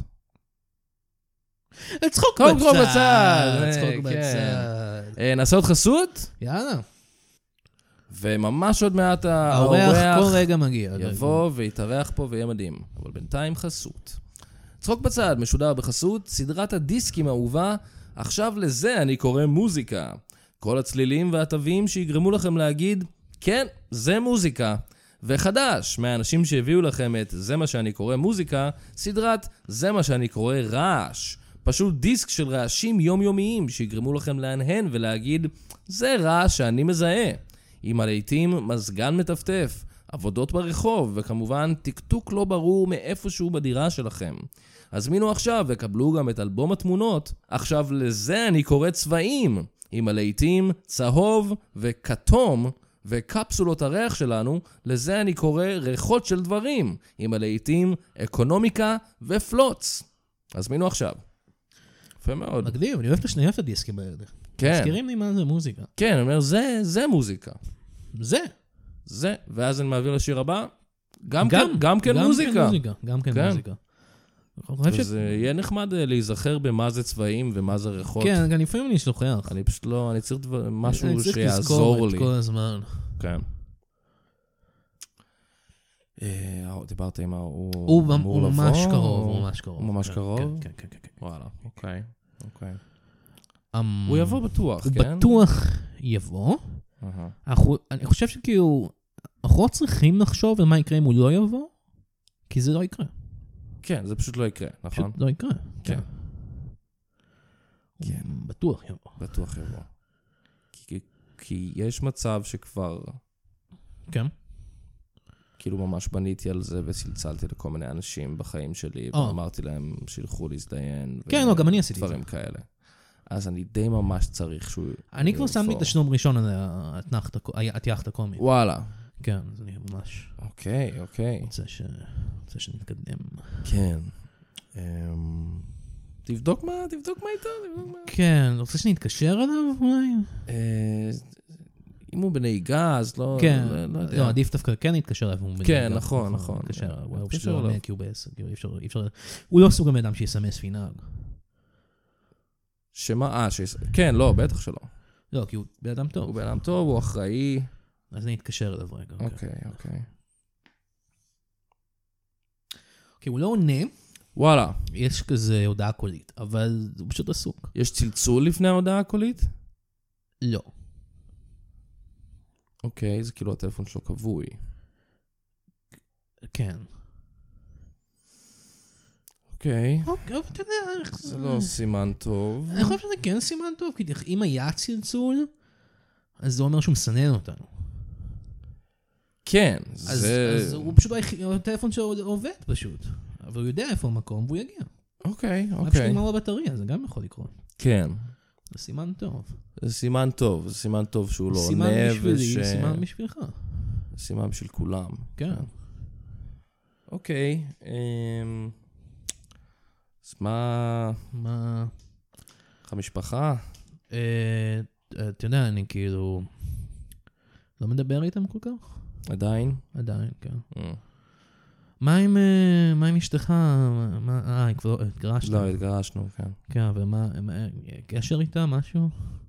צחוק בצד. צחוק בצד. נעשה עוד חסות? יאללה. וממש עוד מעט האורח כל רגע מגיע. יבוא ויתארח פה ויהיה מדהים. אבל בינתיים חסות. צחוק בצד, משודר בחסות, סדרת הדיסקים האהובה, עכשיו לזה אני קורא מוזיקה. כל הצלילים והטבים שיגרמו לכם להגיד, כן, זה מוזיקה. וחדש, מהאנשים שהביאו לכם את זה מה שאני קורא מוזיקה, סדרת זה מה שאני קורא רעש. פשוט דיסק של רעשים יומיומיים שיגרמו לכם להנהן ולהגיד, זה רעש שאני מזהה. עם הלעיתים מזגן מטפטף, עבודות ברחוב, וכמובן טקטוק לא ברור מאיפשהו בדירה שלכם. הזמינו עכשיו וקבלו גם את אלבום התמונות. עכשיו לזה אני קורא צבעים. עם הלעיתים צהוב וכתום וקפסולות הריח שלנו, לזה אני קורא ריחות של דברים. עם הלעיתים אקונומיקה ופלוץ. הזמינו עכשיו. יפה מאוד. מגניב, אני אוהב את השנייה את הדיסקים האלה. כן. מזכירים לי מה זה מוזיקה. כן, אני אומר, זה, זה מוזיקה. זה. זה. ואז אני מעביר לשיר הבא. גם, גם, כן, גם כן גם מוזיקה. כן מוזיקה. גם כן, כן. מוזיקה. וזה יהיה נחמד להיזכר במה זה צבעים ומה זה ריחות. כן, גם לפעמים אני שוכח. אני פשוט לא, אני צריך דבר, משהו אני צריך שיעזור לזכור לי. את כל הזמן. כן. אה, דיברת עם הוא... הוא ממש קרוב, הוא ממש קרוב. הוא ממש קרוב? כן, כן, כן. וואלה, אוקיי, אוקיי. Um, הוא יבוא בטוח, הוא כן? הוא בטוח יבוא. Uh-huh. אנחנו, אני חושב שכאילו, אנחנו לא צריכים לחשוב על מה יקרה אם הוא לא יבוא, כי זה לא יקרה. כן, זה פשוט לא יקרה, נכון? פשוט לא יקרה. כן. כן. בטוח יבוא. בטוח יבוא. כי, כי יש מצב שכבר... כן. כאילו ממש בניתי על זה וצלצלתי לכל מיני אנשים בחיים שלי, oh. ואמרתי להם שילכו להזדיין. כן, לא, גם אני עשיתי את זה. דברים כאלה. אז אני די ממש צריך שהוא... אני כבר שמתי את השנום ראשון על התיאחת הקומי. וואלה. כן, אז אני ממש... אוקיי, אוקיי. רוצה ש... רוצה שנתקדם. כן. תבדוק מה, תבדוק מה איתו, תבדוק מה... כן, רוצה שנתקשר אליו אולי? אם הוא בנהיגה, אז לא... כן, לא יודע. לא, עדיף דווקא כן להתקשר אליו אם הוא בנהיגה. כן, נכון, נכון. להתקשר אליו, הוא פשוט לא עונה כי הוא בעסק, אי אפשר... הוא לא סוג הבן שיסמס פינאג. שמה? אה, שיש... כן, לא, בטח שלא. לא, כי הוא בן אדם טוב. הוא בן אדם טוב, הוא אחראי. אז אני אתקשר אליו רגע. אוקיי, אוקיי. כי הוא לא עונה. וואלה. יש כזה הודעה קולית, אבל הוא פשוט עסוק. יש צלצול לפני ההודעה הקולית? לא. אוקיי, זה כאילו הטלפון שלו כבוי. כן. אוקיי. אוקיי, אבל אתה יודע איך זה... זה לא סימן טוב. אני חושב שזה כן סימן טוב, כי אם היה צלצול, אז זה אומר שהוא מסנן אותנו. כן, אז, זה... אז הוא פשוט, הטלפון שלו עובד פשוט. אבל הוא יודע איפה המקום, והוא יגיע. אוקיי, אוקיי. פשוט נגמר בבטריה, זה גם יכול לקרות. כן. זה סימן טוב. זה סימן טוב, זה סימן טוב שהוא לא עונה. סימן בשבילי, סימן בשבילך. זה סימן בשביל כולם. כן. אוקיי. אז מה... מה... המשפחה? אתה יודע, אני כאילו... לא מדבר איתם כל כך? עדיין? עדיין, כן. מה עם, מה עם אשתך? אה, כבר התגרשנו. לא, התגרשנו, כן. כן, ומה, קשר איתה, משהו?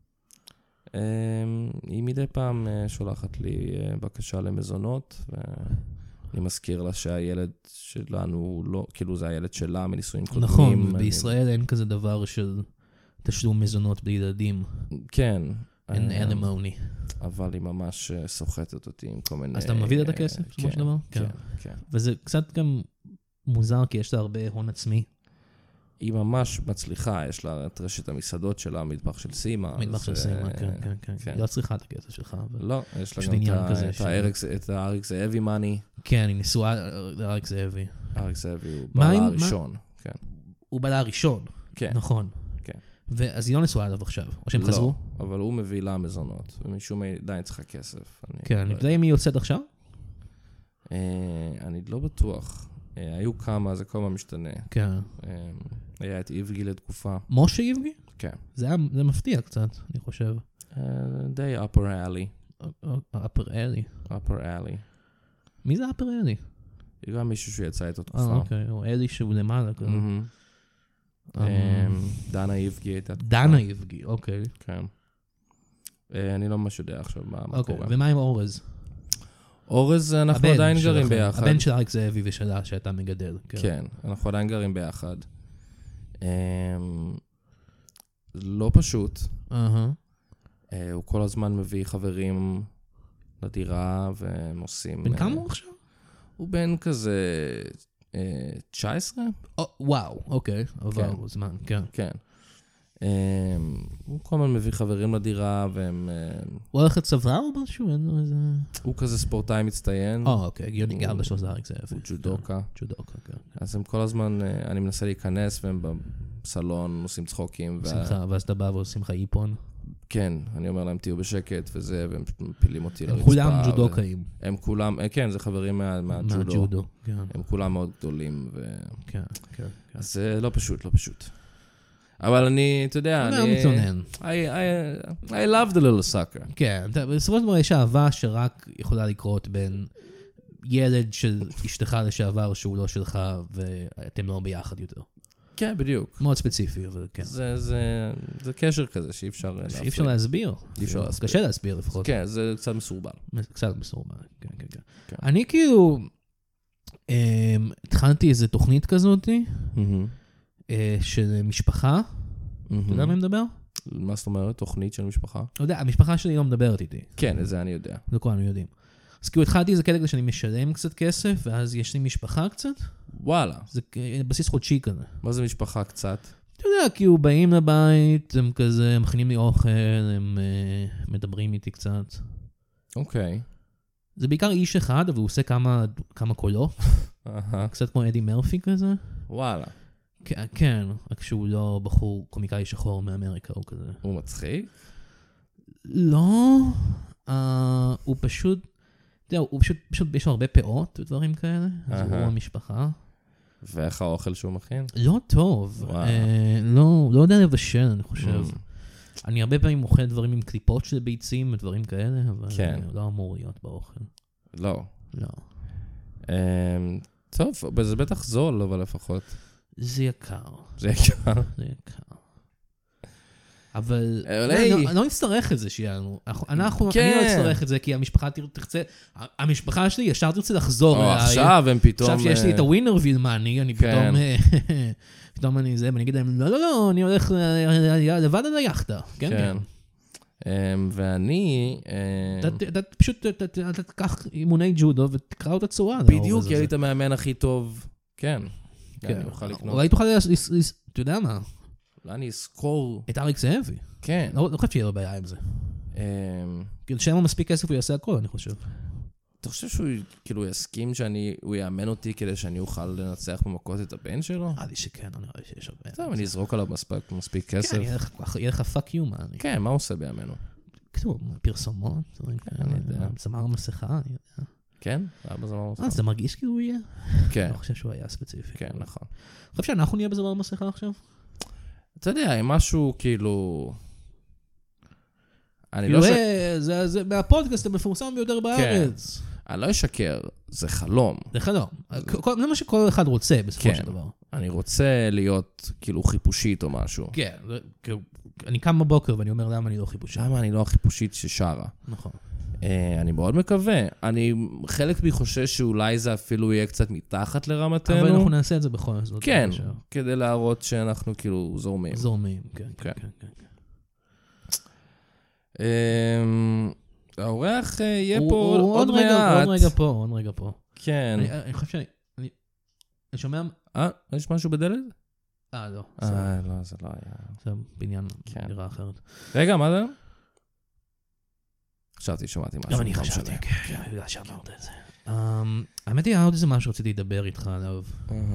היא מדי פעם שולחת לי בקשה למזונות, ואני מזכיר לה שהילד שלנו, לא, כאילו זה הילד שלה מנישואים קודמים. נכון, בישראל אין כזה דבר של תשלום מזונות בילדים. כן. אין אנימוני. אבל היא ממש סוחטת אותי עם כל מיני... אז אתה מביא את הכסף, בסופו של דבר? כן, כן. וזה קצת גם מוזר, כי יש לה הרבה הון עצמי. היא ממש מצליחה, יש לה את רשת המסעדות שלה, מטבח של סימה. מטבח של סימה, כן, כן, כן. היא לא צריכה את הכסף שלך. לא, יש לה גם את האריק זאבי מאני. כן, היא נשואה לאריק זאבי. אריק זאבי הוא בעלה הראשון. הוא בעלה הראשון. כן. נכון. כן. אז היא לא נשואה עליו עכשיו, או שהם חזרו? אבל הוא מביא לה מזונות, ומשום עדיין צריכה כסף. כן, אני יודע אם היא יוצאת עכשיו? אני לא בטוח. היו כמה, זה כל מה משתנה. כן. היה את איבגי לתקופה. משה איבגי? כן. זה מפתיע קצת, אני חושב. די upper alley. upper alley. upper alley. מי זה upper alley? היא גם מישהו שיצא איתו תקופה. אה, אוקיי, או אלי שהוא למעלה כזה. דנה איבגי הייתה תקופה. דנה איבגי, אוקיי. כן. אני לא ממש יודע עכשיו מה קורה. ומה עם אורז? אורז, אנחנו עדיין גרים ביחד. הבן של אריק זאבי ושלה שאתה מגדל. כן, אנחנו עדיין גרים ביחד. לא פשוט. הוא כל הזמן מביא חברים לדירה והם עושים... בן כמה הוא עכשיו? הוא בן כזה תשע עשרה? וואו, אוקיי. עבר זמן, כן. כן. הוא כל הזמן מביא חברים לדירה והם... הוא הולך לצבא או משהו? הוא כזה ספורטאי מצטיין. אה, אוקיי, הגיוני גם בשביל זה אריק זאבי. הוא ג'ודוקה. ג'ודוקה, כן. אז הם כל הזמן, אני מנסה להיכנס והם בסלון עושים צחוקים. ואז אתה בא ועושים לך איפון. כן, אני אומר להם תהיו בשקט וזה, והם מפילים אותי לרצפה. הם כולם ג'ודוקאים. הם כולם, כן, זה חברים מהג'ודו. הם כולם מאוד גדולים. כן, כן. אז זה לא פשוט, לא פשוט. אבל אני, אתה יודע, אני... אני מתלונן. I love the little sucker. כן, בסופו של דבר יש אהבה שרק יכולה לקרות בין ילד של אשתך לשעבר שהוא לא שלך, ואתם לא ביחד יותר. כן, בדיוק. מאוד ספציפי, אבל כן. זה קשר כזה שאי אפשר להסביר. שאי אפשר להסביר. אי אפשר להסביר. קשה להסביר לפחות. כן, זה קצת מסורבל. קצת מסורבל, כן, כן, כן. אני כאילו, התחלתי איזו תוכנית כזאת, של משפחה. אתה יודע מה אני מדבר? מה זאת אומרת? תוכנית של משפחה? אתה יודע, המשפחה שלי לא מדברת איתי. כן, את זה אני יודע. זה כולנו יודעים. אז כאילו התחלתי איזה קטע שאני משלם קצת כסף, ואז יש לי משפחה קצת. וואלה. זה בסיס חודשי כזה. מה זה משפחה קצת? אתה יודע, כאילו באים לבית, הם כזה, מכינים לי אוכל, הם מדברים איתי קצת. אוקיי. זה בעיקר איש אחד, אבל הוא עושה כמה קולות. קצת כמו אדי מרפי כזה. וואלה. כן, רק שהוא לא בחור קומיקאי שחור מאמריקה או כזה. הוא מצחיק? לא, הוא פשוט, אתה יודע, הוא פשוט, יש לו הרבה פאות ודברים כאלה, אז הוא המשפחה. ואיך האוכל שהוא מכין? לא טוב, לא יודע לבשל, אני חושב. אני הרבה פעמים אוכל דברים עם קליפות של ביצים ודברים כאלה, אבל לא אמור להיות באוכל. לא. לא. טוב, זה בטח זול, אבל לפחות. זה יקר. זה יקר. זה יקר. אבל אני לא נצטרך את זה שיהיה לנו. אנחנו, אני לא נצטרך את זה, כי המשפחה תרצה, המשפחה שלי ישר תרצה לחזור. עכשיו הם פתאום... עכשיו שיש לי את הווינרוויל מאני, אני פתאום... פתאום אני זה, ואני אגיד להם, לא, לא, לא, אני הולך לבד על היחדה. כן, כן. ואני... אתה פשוט, אתה תקח אימוני ג'ודו ותקרא אותה צורה. בדיוק, יהיה לי את המאמן הכי טוב. כן. כן. אולי תוכל, אתה יודע מה? אולי אני אזכור... את אריק זאבי. כן. לא חושב שיהיה לו בעיה עם זה. כאילו, שאין לו מספיק כסף, הוא יעשה הכל, אני חושב. אתה חושב שהוא כאילו יסכים שהוא יאמן אותי כדי שאני אוכל לנצח במכות את הבן שלו? נראה לי שכן, לא נראה לי שיש הרבה. טוב, אני אזרוק עליו מספיק כסף. כן, יהיה לך פאק יו, מה? כן, מה הוא עושה בימינו? כתוב, פרסומות, אני יודע. זמר מסכה, אני יודע. כן? אבא זמר מסכה. אז זה מרגיש כאילו הוא יהיה? כן. אני חושב שהוא היה ספציפי. כן, נכון. אני חושב שאנחנו נהיה בזמר מסכה עכשיו? אתה יודע, אם משהו כאילו... אני לא ש... זה מהפודקאסט המפורסם ביותר בארץ. אני לא אשקר, זה חלום. זה חלום. זה מה שכל אחד רוצה בסופו של דבר. אני רוצה להיות כאילו חיפושית או משהו. כן, אני קם בבוקר ואני אומר למה אני לא חיפושית. למה אני לא החיפושית ששרה. נכון. אני מאוד מקווה. אני, חלק בי חושש שאולי זה אפילו יהיה קצת מתחת לרמתנו. אבל אנחנו נעשה את זה בכל זאת. כן, כדי להראות שאנחנו כאילו זורמים. זורמים, כן, כן, כן. האורח יהיה פה עוד מעט. עוד רגע פה, עוד רגע פה. כן. אני חושב שאני... אני שומע... אה, יש משהו בדלת? אה, לא. אה, לא, זה לא היה. זה בניין נראה אחרת. רגע, מה זה? חשבתי, שמעתי משהו. גם אני חשבתי, כן, אני יודע שאמרת את זה. האמת היא, עוד איזה משהו רציתי לדבר איתך עליו.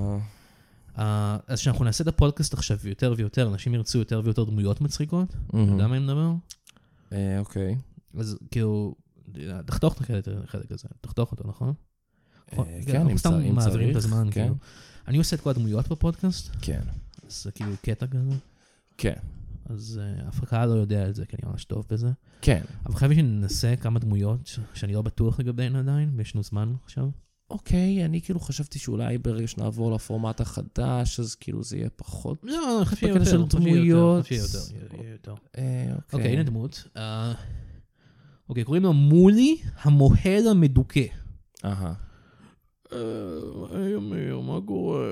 אז שאנחנו נעשה את הפודקאסט עכשיו יותר ויותר, אנשים ירצו יותר ויותר דמויות מצחיקות. אתה יודע מה אני מדבר? אוקיי. אז כאילו, תחתוך את החלק הזה, תחתוך אותו, נכון? כן, אם צריך. אנחנו סתם מעבירים את הזמן, כאילו. אני עושה את כל הדמויות בפודקאסט. כן. אז זה כאילו קטע כזה. כן. אז אף אחד לא יודע את זה, כי אני ממש טוב בזה. כן. אבל חייב שננסה כמה דמויות שאני לא בטוח לגביהן עדיין, ויש לנו זמן עכשיו. אוקיי, אני כאילו חשבתי שאולי ברגע שנעבור לפורמט החדש, אז כאילו זה יהיה פחות... לא, אני חושב שיהיה יותר, אני חושב שיהיה יותר, יהיה יותר. אוקיי, הנה דמות. אוקיי, קוראים לו מולי המוהל המדוכא. אהה. היי אמיר, מה קורה?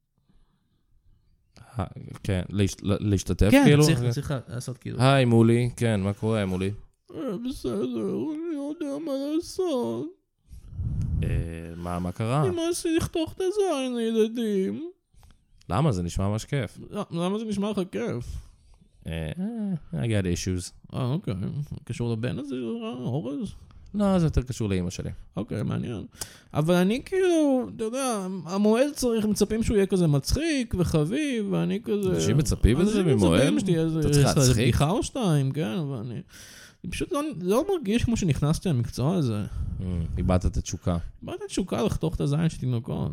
כן, להשתתף כאילו? כן, צריך לעשות כאילו. היי מולי, כן, מה קורה מולי? בסדר, אני לא יודע מה לעשות. מה, מה קרה? נמאס לי לחתוך את הזין לילדים. למה? זה נשמע ממש כיף. למה זה נשמע לך כיף? I got issues. אה, אוקיי. קשור לבן הזה, אורז? לא, זה יותר קשור לאמא שלי. אוקיי, מעניין. אבל אני כאילו, אתה יודע, המועד צריך, מצפים שהוא יהיה כזה מצחיק וחביב, ואני כזה... אנשים מצפים בזה ממועד? אתה צריך להצחיק? בדיחה או שתיים, כן, אבל אני... אני פשוט לא מרגיש כמו שנכנסתי למקצוע הזה. איבדת את התשוקה. איבדת את התשוקה לחתוך את הזין של תינוקות.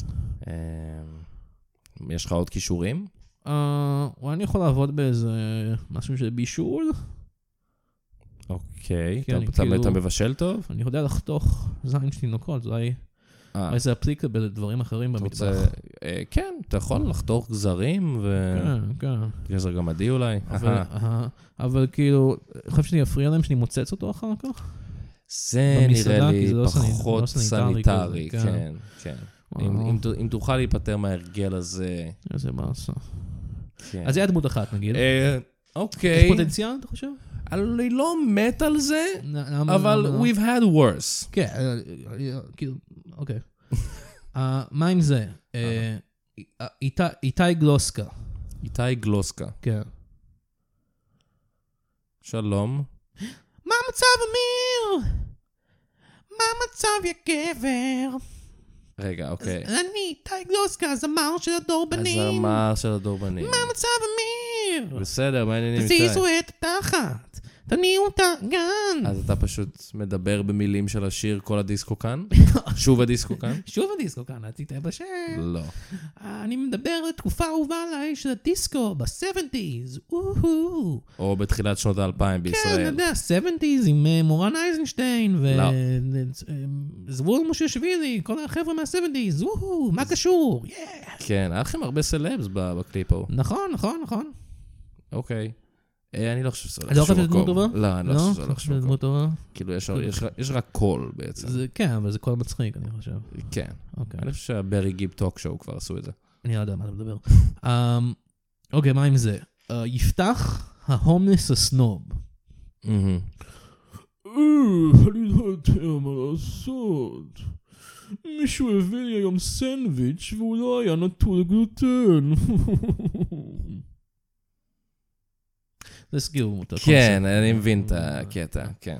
יש לך עוד קישורים? אולי אני יכול לעבוד באיזה משהו של בישול? אוקיי, אתה מבשל טוב? אני יודע לחתוך זין של תינוקות, אולי זה אפליקבל לדברים אחרים במטבח. כן, אתה יכול לחתוך גזרים ו... כן, כן. גזר גמדי אולי. אבל כאילו, אני חושב שאני אפריע להם שאני מוצץ אותו אחר כך? זה נראה לי פחות סניטרי, כן, כן. אם תוכל להיפטר מההרגל הזה... איזה מעשה. אז זה היה דמות אחת, נגיד. אוקיי. יש פוטנציאל, אתה חושב? אני לא מת על זה, אבל we've had worse. כן, כאילו, אוקיי. מה עם זה? איתי גלוסקה. איתי גלוסקה. כן. שלום. מה המצב, אמיר? מה המצב, יא גבר? רגע, אוקיי. אני איתי גלוסקה, הזמר של הדור בנים. הזמר של הדור בנים. מה המצב, אמיר? בסדר, מה העניינים איתי? תזיזו את התחת. תניעו את הגן. אז אתה פשוט מדבר במילים של השיר כל הדיסקו כאן? שוב הדיסקו כאן? שוב הדיסקו כאן, אתה תתאר בשם. לא. אני מדבר על תקופה אהובה עליי של הדיסקו ב-שבעים, או בתחילת שנות האלפיים בישראל. כן, אני יודע, שבעים עם מורן אייזנשטיין וזבול מוששווילי, כל החבר'ה מה-שבעים, מה קשור? כן, היה לכם הרבה סלבס בקליפ ההוא. נכון, נכון, נכון. אוקיי. אני לא חושב שזה לא חושב שזה דמות טובה? לא, אני לא חושב שזה לחשוב דמות טובה. כאילו, יש רק קול בעצם. כן, אבל זה קול מצחיק, אני חושב. כן. אני חושב שהברי גיב טוק שואו כבר עשו את זה. אני לא יודע מה אתה מדבר. אוקיי, מה עם זה? יפתח ההומלס הסנוב. אני לא יודע מה לעשות. מישהו הביא לי היום סנדוויץ' והוא לא היה נטול גלוטן. זה סגירו אותה. כן, אני מבין את הקטע, כן.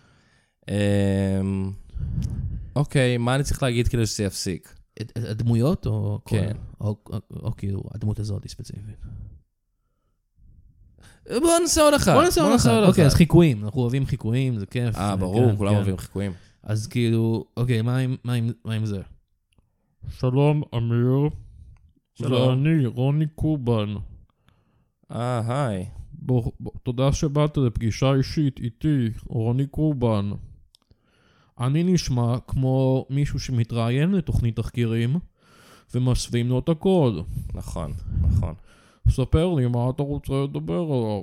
אוקיי, מה אני צריך להגיד כדי שזה יפסיק? הדמויות או... כן. או כאילו, הדמות הזאת היא ספציפית. בוא נעשה עוד אחד. בוא נעשה עוד אחד. אוקיי, אז חיקויים. אנחנו אוהבים חיקויים, זה כיף. אה, ברור, כולם אוהבים חיקויים. אז כאילו, אוקיי, מה עם זה? שלום, אמיר. שלום. ואני, רוני קובן. אה, היי. תודה שבאת לפגישה אישית איתי, רוני קובן. אני נשמע כמו מישהו שמתראיין לתוכנית תחקירים, ומסווים לו את הקוד. נכון, נכון. ספר לי מה אתה רוצה לדבר עליו.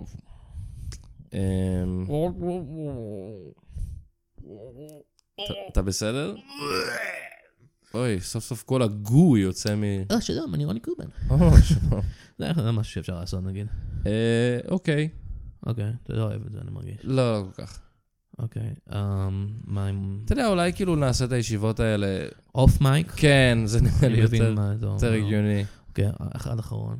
אתה בסדר? אוי, סוף סוף כל הגוי יוצא מ... אה, שלום, אני רוני קובן. או, שלום. זה משהו שאפשר לעשות, נגיד. אוקיי. אוקיי, אתה לא אוהב את זה, אני מרגיש. לא, לא כל כך. אוקיי, מה עם... אתה יודע, אולי כאילו נעשה את הישיבות האלה... אוף מייק? כן, זה נראה לי יותר הגיוני. אוקיי, אחד אחרון.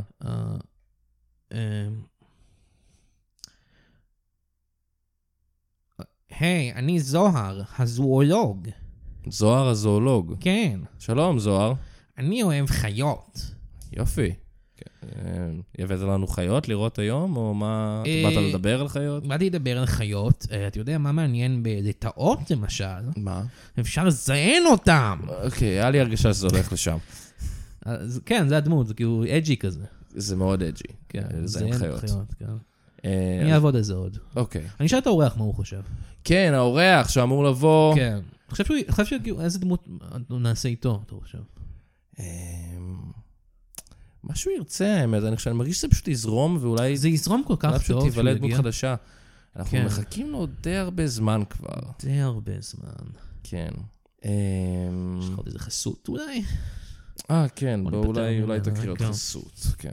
היי, אני זוהר, הזואולוג. זוהר הזואולוג? כן. שלום, זוהר. אני אוהב חיות. יופי. הבאת לנו חיות לראות היום, או מה? באת לדבר על חיות? באתי לדבר על חיות. אתה יודע מה מעניין בלטאות, למשל? מה? אפשר לזיין אותם. אוקיי, היה לי הרגשה שזה הולך לשם. כן, זה הדמות, זה כאילו אג'י כזה. זה מאוד אג'י. כן, לזיין חיות. אני אעבוד על זה עוד. אוקיי. אני אשאל את האורח מה הוא חושב. כן, האורח שאמור לבוא... כן. אני חושב שאיזה דמות נעשה איתו, אתה חושב? מה שהוא ירצה, האמת, אני מרגיש שזה פשוט יזרום, ואולי... זה יזרום כל כך טוב שהוא יגיע. תיוולד דמות חדשה. אנחנו מחכים לו די הרבה זמן כבר. די הרבה זמן. כן. יש לך עוד איזה חסות אולי? אה, כן, אולי תקריא עוד חסות, כן.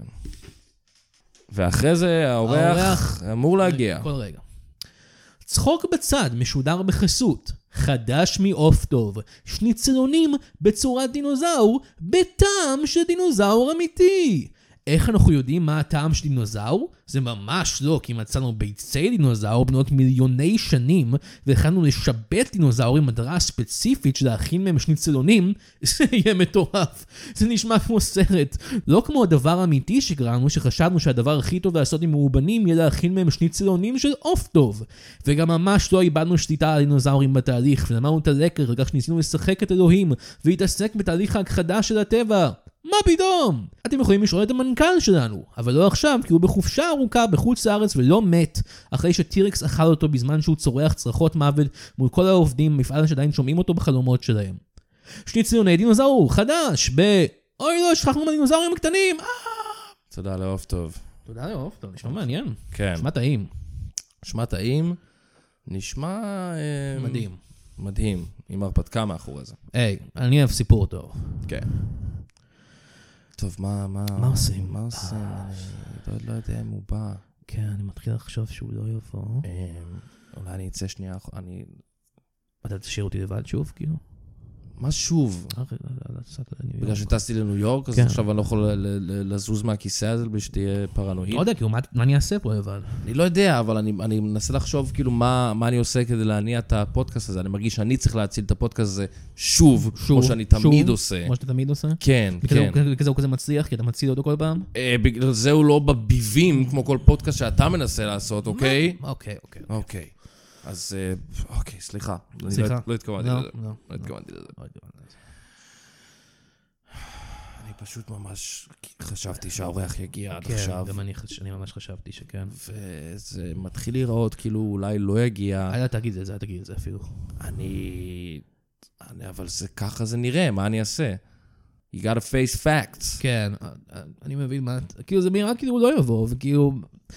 ואחרי זה האורח אמור להגיע. כל רגע. צחוק בצד, משודר בחסות. חדש מעוף טוב. שניצלונים בצורת דינוזאור, בטעם של דינוזאור אמיתי. איך אנחנו יודעים מה הטעם של דינוזאור? זה ממש לא, כי מצאנו ביצי דינוזאור בנות מיליוני שנים, והחלנו לשבת דינוזאורים מדרה ספציפית של להכין מהם שניצלונים, זה יהיה מטורף. זה נשמע כמו סרט. לא כמו הדבר האמיתי שקראנו, שחשבנו שהדבר הכי טוב לעשות עם מאובנים, יהיה להכין מהם שניצלונים של עוף טוב. וגם ממש לא איבדנו שליטה על דינוזאורים בתהליך, ולמדנו את הלקח, וכך שניסינו לשחק את אלוהים, והתעסק בתהליך ההכחדה של הטבע. מה פתאום? אתם יכולים לשאול את המנכ"ל שלנו, אבל לא עכשיו, כי הוא בחופשה ארוכה בחוץ לארץ ולא מת, אחרי שטירקס אכל אותו בזמן שהוא צורח צרחות מוות מול כל העובדים במפעל שעדיין שומעים אותו בחלומות שלהם. שניצלוני דינוזאור חדש ב... אוי לא, שכחנו מהדינוזאורים הקטנים! תודה לעוף טוב. תודה לעוף טוב, נשמע מעניין. כן. נשמע טעים. נשמע טעים, נשמע... מדהים. מדהים, עם הרפתקה מאחורי זה. היי, אני אוהב סיפור טוב. כן. טוב, מה... מה עושים? מה עושים? אני לא יודע אם הוא בא. כן, אני מתחיל לחשוב שהוא לא יבוא. אולי אני אצא שנייה, אני... אתה תשאיר אותי לבד שוב, כאילו? מה שוב? בגלל שטסתי לניו יורק, אז עכשיו אני לא יכול לזוז מהכיסא הזה בלי שתהיה פרנואיד. לא יודע, כאילו, מה אני אעשה פה לבד? אני לא יודע, אבל אני מנסה לחשוב כאילו מה אני עושה כדי להניע את הפודקאסט הזה. אני מרגיש שאני צריך להציל את הפודקאסט הזה שוב, כמו שאני תמיד עושה. כמו שאתה תמיד עושה? כן, כן. בגלל הוא כזה מצליח, כי אתה מציל אותו כל פעם? בגלל זה הוא לא בביבים, כמו כל פודקאסט שאתה מנסה לעשות, אוקיי? אוקיי, אוקיי. אוקיי. אז, אוקיי, סליחה. סליחה. לא התכוונתי לזה. לא התכוונתי לזה. אני פשוט ממש חשבתי שהאורח יגיע עד עכשיו. כן, גם אני ממש חשבתי שכן. וזה מתחיל להיראות כאילו אולי לא יגיע. אל תגיד את זה, אל תגיד את זה אפילו. אני... אבל זה ככה זה נראה, מה אני אעשה? You gotta face facts. כן, אני מבין מה... כאילו זה נראה כאילו הוא לא יבוא, וכאילו...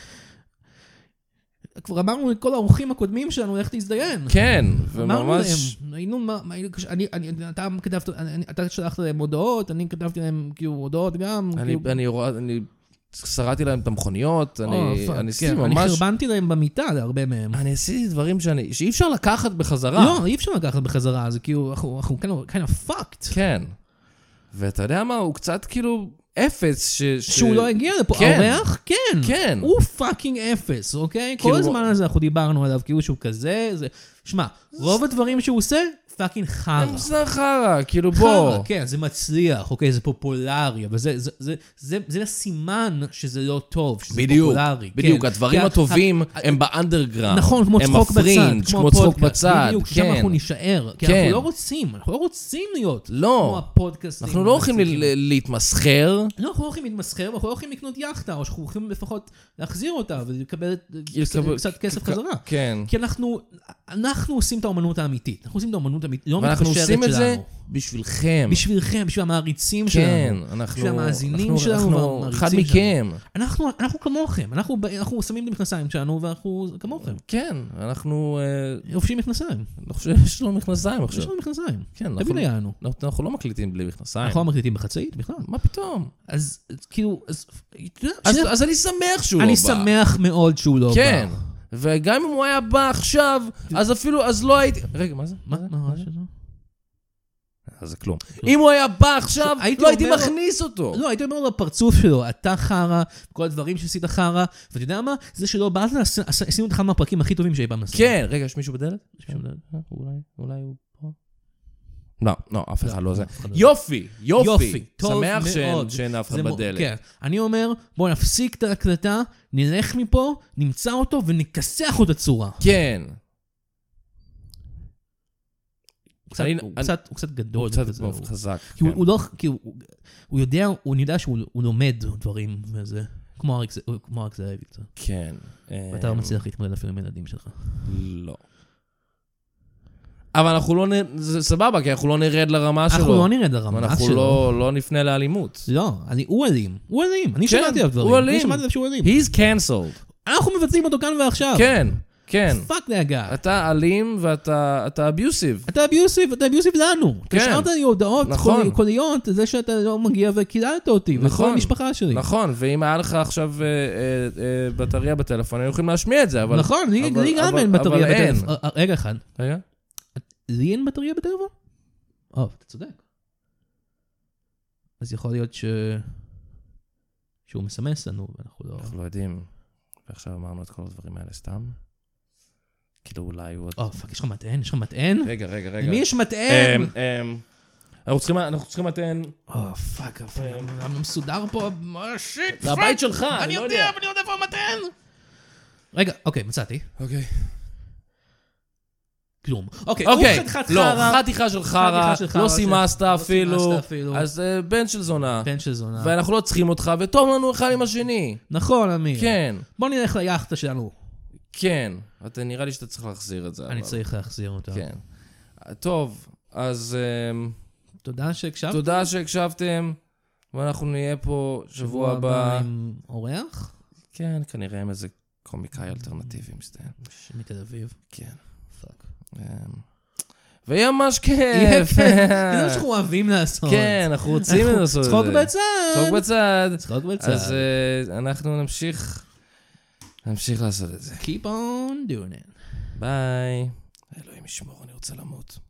כבר אמרנו לכל האורחים הקודמים שלנו איך תזדיין. כן, וממש... היינו, אתה כתבת, אתה שלחת להם הודעות, אני כתבתי להם כאילו הודעות גם. אני שרעתי להם את המכוניות, אני עשיתי ממש... אני חרבנתי להם במיטה להרבה מהם. אני עשיתי דברים שאי אפשר לקחת בחזרה. לא, אי אפשר לקחת בחזרה, זה כאילו, אנחנו kind of fucked. כן. ואתה יודע מה, הוא קצת כאילו... אפס ש... שהוא לא הגיע לפה, האורח? כן. כן. הוא פאקינג אפס, אוקיי? כל הזמן הזה אנחנו דיברנו עליו, כאילו שהוא כזה, זה... שמע, רוב הדברים שהוא עושה, פאקינג חרא. זה חרא, כאילו בוא. חרא, כן, זה מצליח, אוקיי, זה פופולרי, אבל זה, זה, זה, זה, זה הסימן שזה לא טוב, שזה פופולרי. בדיוק, הדברים הטובים הם באנדרגראונד. נכון, כמו צחוק בצד, כמו צחוק בצד. בדיוק, שם אנחנו נשאר. כי אנחנו לא רוצים, אנחנו לא רוצים להיות כמו הפודקאסטים. אנחנו לא הולכים להתמסחר. לא, אנחנו לא הולכים להתמסחר, אנחנו לא הולכים לקנות יאכטה, או שאנחנו הולכים לפחות להחזיר אותה, ולקבל קצת כסף חזרה. כן. כי אנחנו, אנחנו עושים את האמנות האמיתית. אנחנו עושים את האמנות האמיתית, לא מתקשרת שלנו. ואנחנו עושים את זה בשבילכם. בשבילכם, בשביל המעריצים שלנו. כן, אנחנו... בשביל המאזינים שלנו והמעריצים אחד מכם. אנחנו, אנחנו כמוכם. אנחנו, אנחנו שמים את המכנסיים שלנו, ואנחנו כמוכם. כן, אנחנו... לובשים מכנסיים. אני חושב שיש לנו מכנסיים עכשיו. יש לנו מכנסיים. כן, תמיד היה לנו. אנחנו לא מקליטים בלי מכנסיים. אנחנו לא מקליטים בחצאית בכלל. מה פתאום? אז כאילו... אז אני שמח שהוא לא בא. אני שמח מאוד שהוא לא בא. כן. וגם אם הוא היה בא עכשיו, אז אפילו, אז לא הייתי... רגע, מה זה? מה? מה זה? אז זה כלום. אם הוא היה בא עכשיו, לא הייתי מכניס אותו. לא, הייתי אומר לו לפרצוף שלו, אתה חרה, כל הדברים שעשית חרה, ואתה יודע מה? זה שלא בא, עשינו את אחד מהפרקים הכי טובים שאי פעם נסים. כן, רגע, יש מישהו בדלת? אולי הוא פה? לא, לא, אף אחד לא זה. יופי, יופי. שמח שאין אף אחד בדלת. כן, אני אומר, בואו נפסיק את ההקלטה, נלך מפה, נמצא אותו ונכסח אותה צורה. כן. הוא קצת גדול. הוא קצת חזק. הוא יודע, הוא יודע שהוא לומד דברים וזה. כמו אריק זאבי קצת. כן. ואתה לא מצליח להתמודד אפילו עם ילדים שלך. לא. אבל אנחנו לא, זה סבבה, כי אנחנו לא נרד לרמה שלו. אנחנו לא נרד לרמה שלו. אנחנו לא, לא נפנה לאלימות. לא, אני, הוא אלים. הוא אלים. אני שמעתי על דברים. הוא אלים. אני שמעתי על שהוא אלים. He's cancelled. אנחנו מבצעים אותו כאן ועכשיו. כן, כן. פאק נהגה. אתה אלים ואתה, אתה אביוסיב. אתה אביוסיב, אתה אביוסיב לנו. כן. תשארת לי הודעות נכון. קוליות, זה שאתה לא מגיע וקיללת אותי. נכון. וכל המשפחה שלי. נכון, ואם היה לך עכשיו אה, אה, אה, בטריה בטלפון, היו יכולים להשמיע את זה, אבל... נכון, לי, אבל, לי גם אבל, אין בטריה אבל אין. בטלפון. רגע אחד. רגע? לי אין בטריה בטלפון? או, אתה צודק. אז יכול להיות ש... שהוא מסמס לנו, ואנחנו לא... אנחנו לא יודעים. ועכשיו אמרנו את כל הדברים האלה סתם. כאילו אולי הוא... או, פאק, יש לך מטען? יש לך מטען? רגע, רגע, רגע. למי יש מטען? אנחנו צריכים מטען... או, פאק, אני מסודר פה, שיט, זה הבית שלך, אני יודע, אבל אני יודע איפה המטען. רגע, אוקיי, מצאתי. אוקיי. כלום. אוקיי, אוקיי, הוא חתיכת לא, חרא. חתיכה של חרא, לא סימסת אפילו, אז בן של זונה. בן של זונה. ואנחנו לא צריכים אותך, וטוב לנו אחד עם השני. נכון, אמיר. כן. בוא נלך ליאכטה שלנו. כן. אתה נראה לי שאתה צריך להחזיר את זה. אני צריך להחזיר אותה. כן. טוב, אז... תודה שהקשבתם. תודה שהקשבתם, ואנחנו נהיה פה שבוע הבא. עם אורח? כן, כנראה עם איזה קומיקאי אלטרנטיבי מסתיים. מתל אביב. כן. פאק. ויהיה ממש כיף. יהיה כיף. זה מה שאנחנו אוהבים לעשות. כן, אנחנו רוצים לעשות את זה. צחוק בצד. צחוק בצד. צחוק בצד. אז אנחנו נמשיך, נמשיך לעשות את זה. Keep on doing it. ביי. אלוהים ישמור, אני רוצה למות.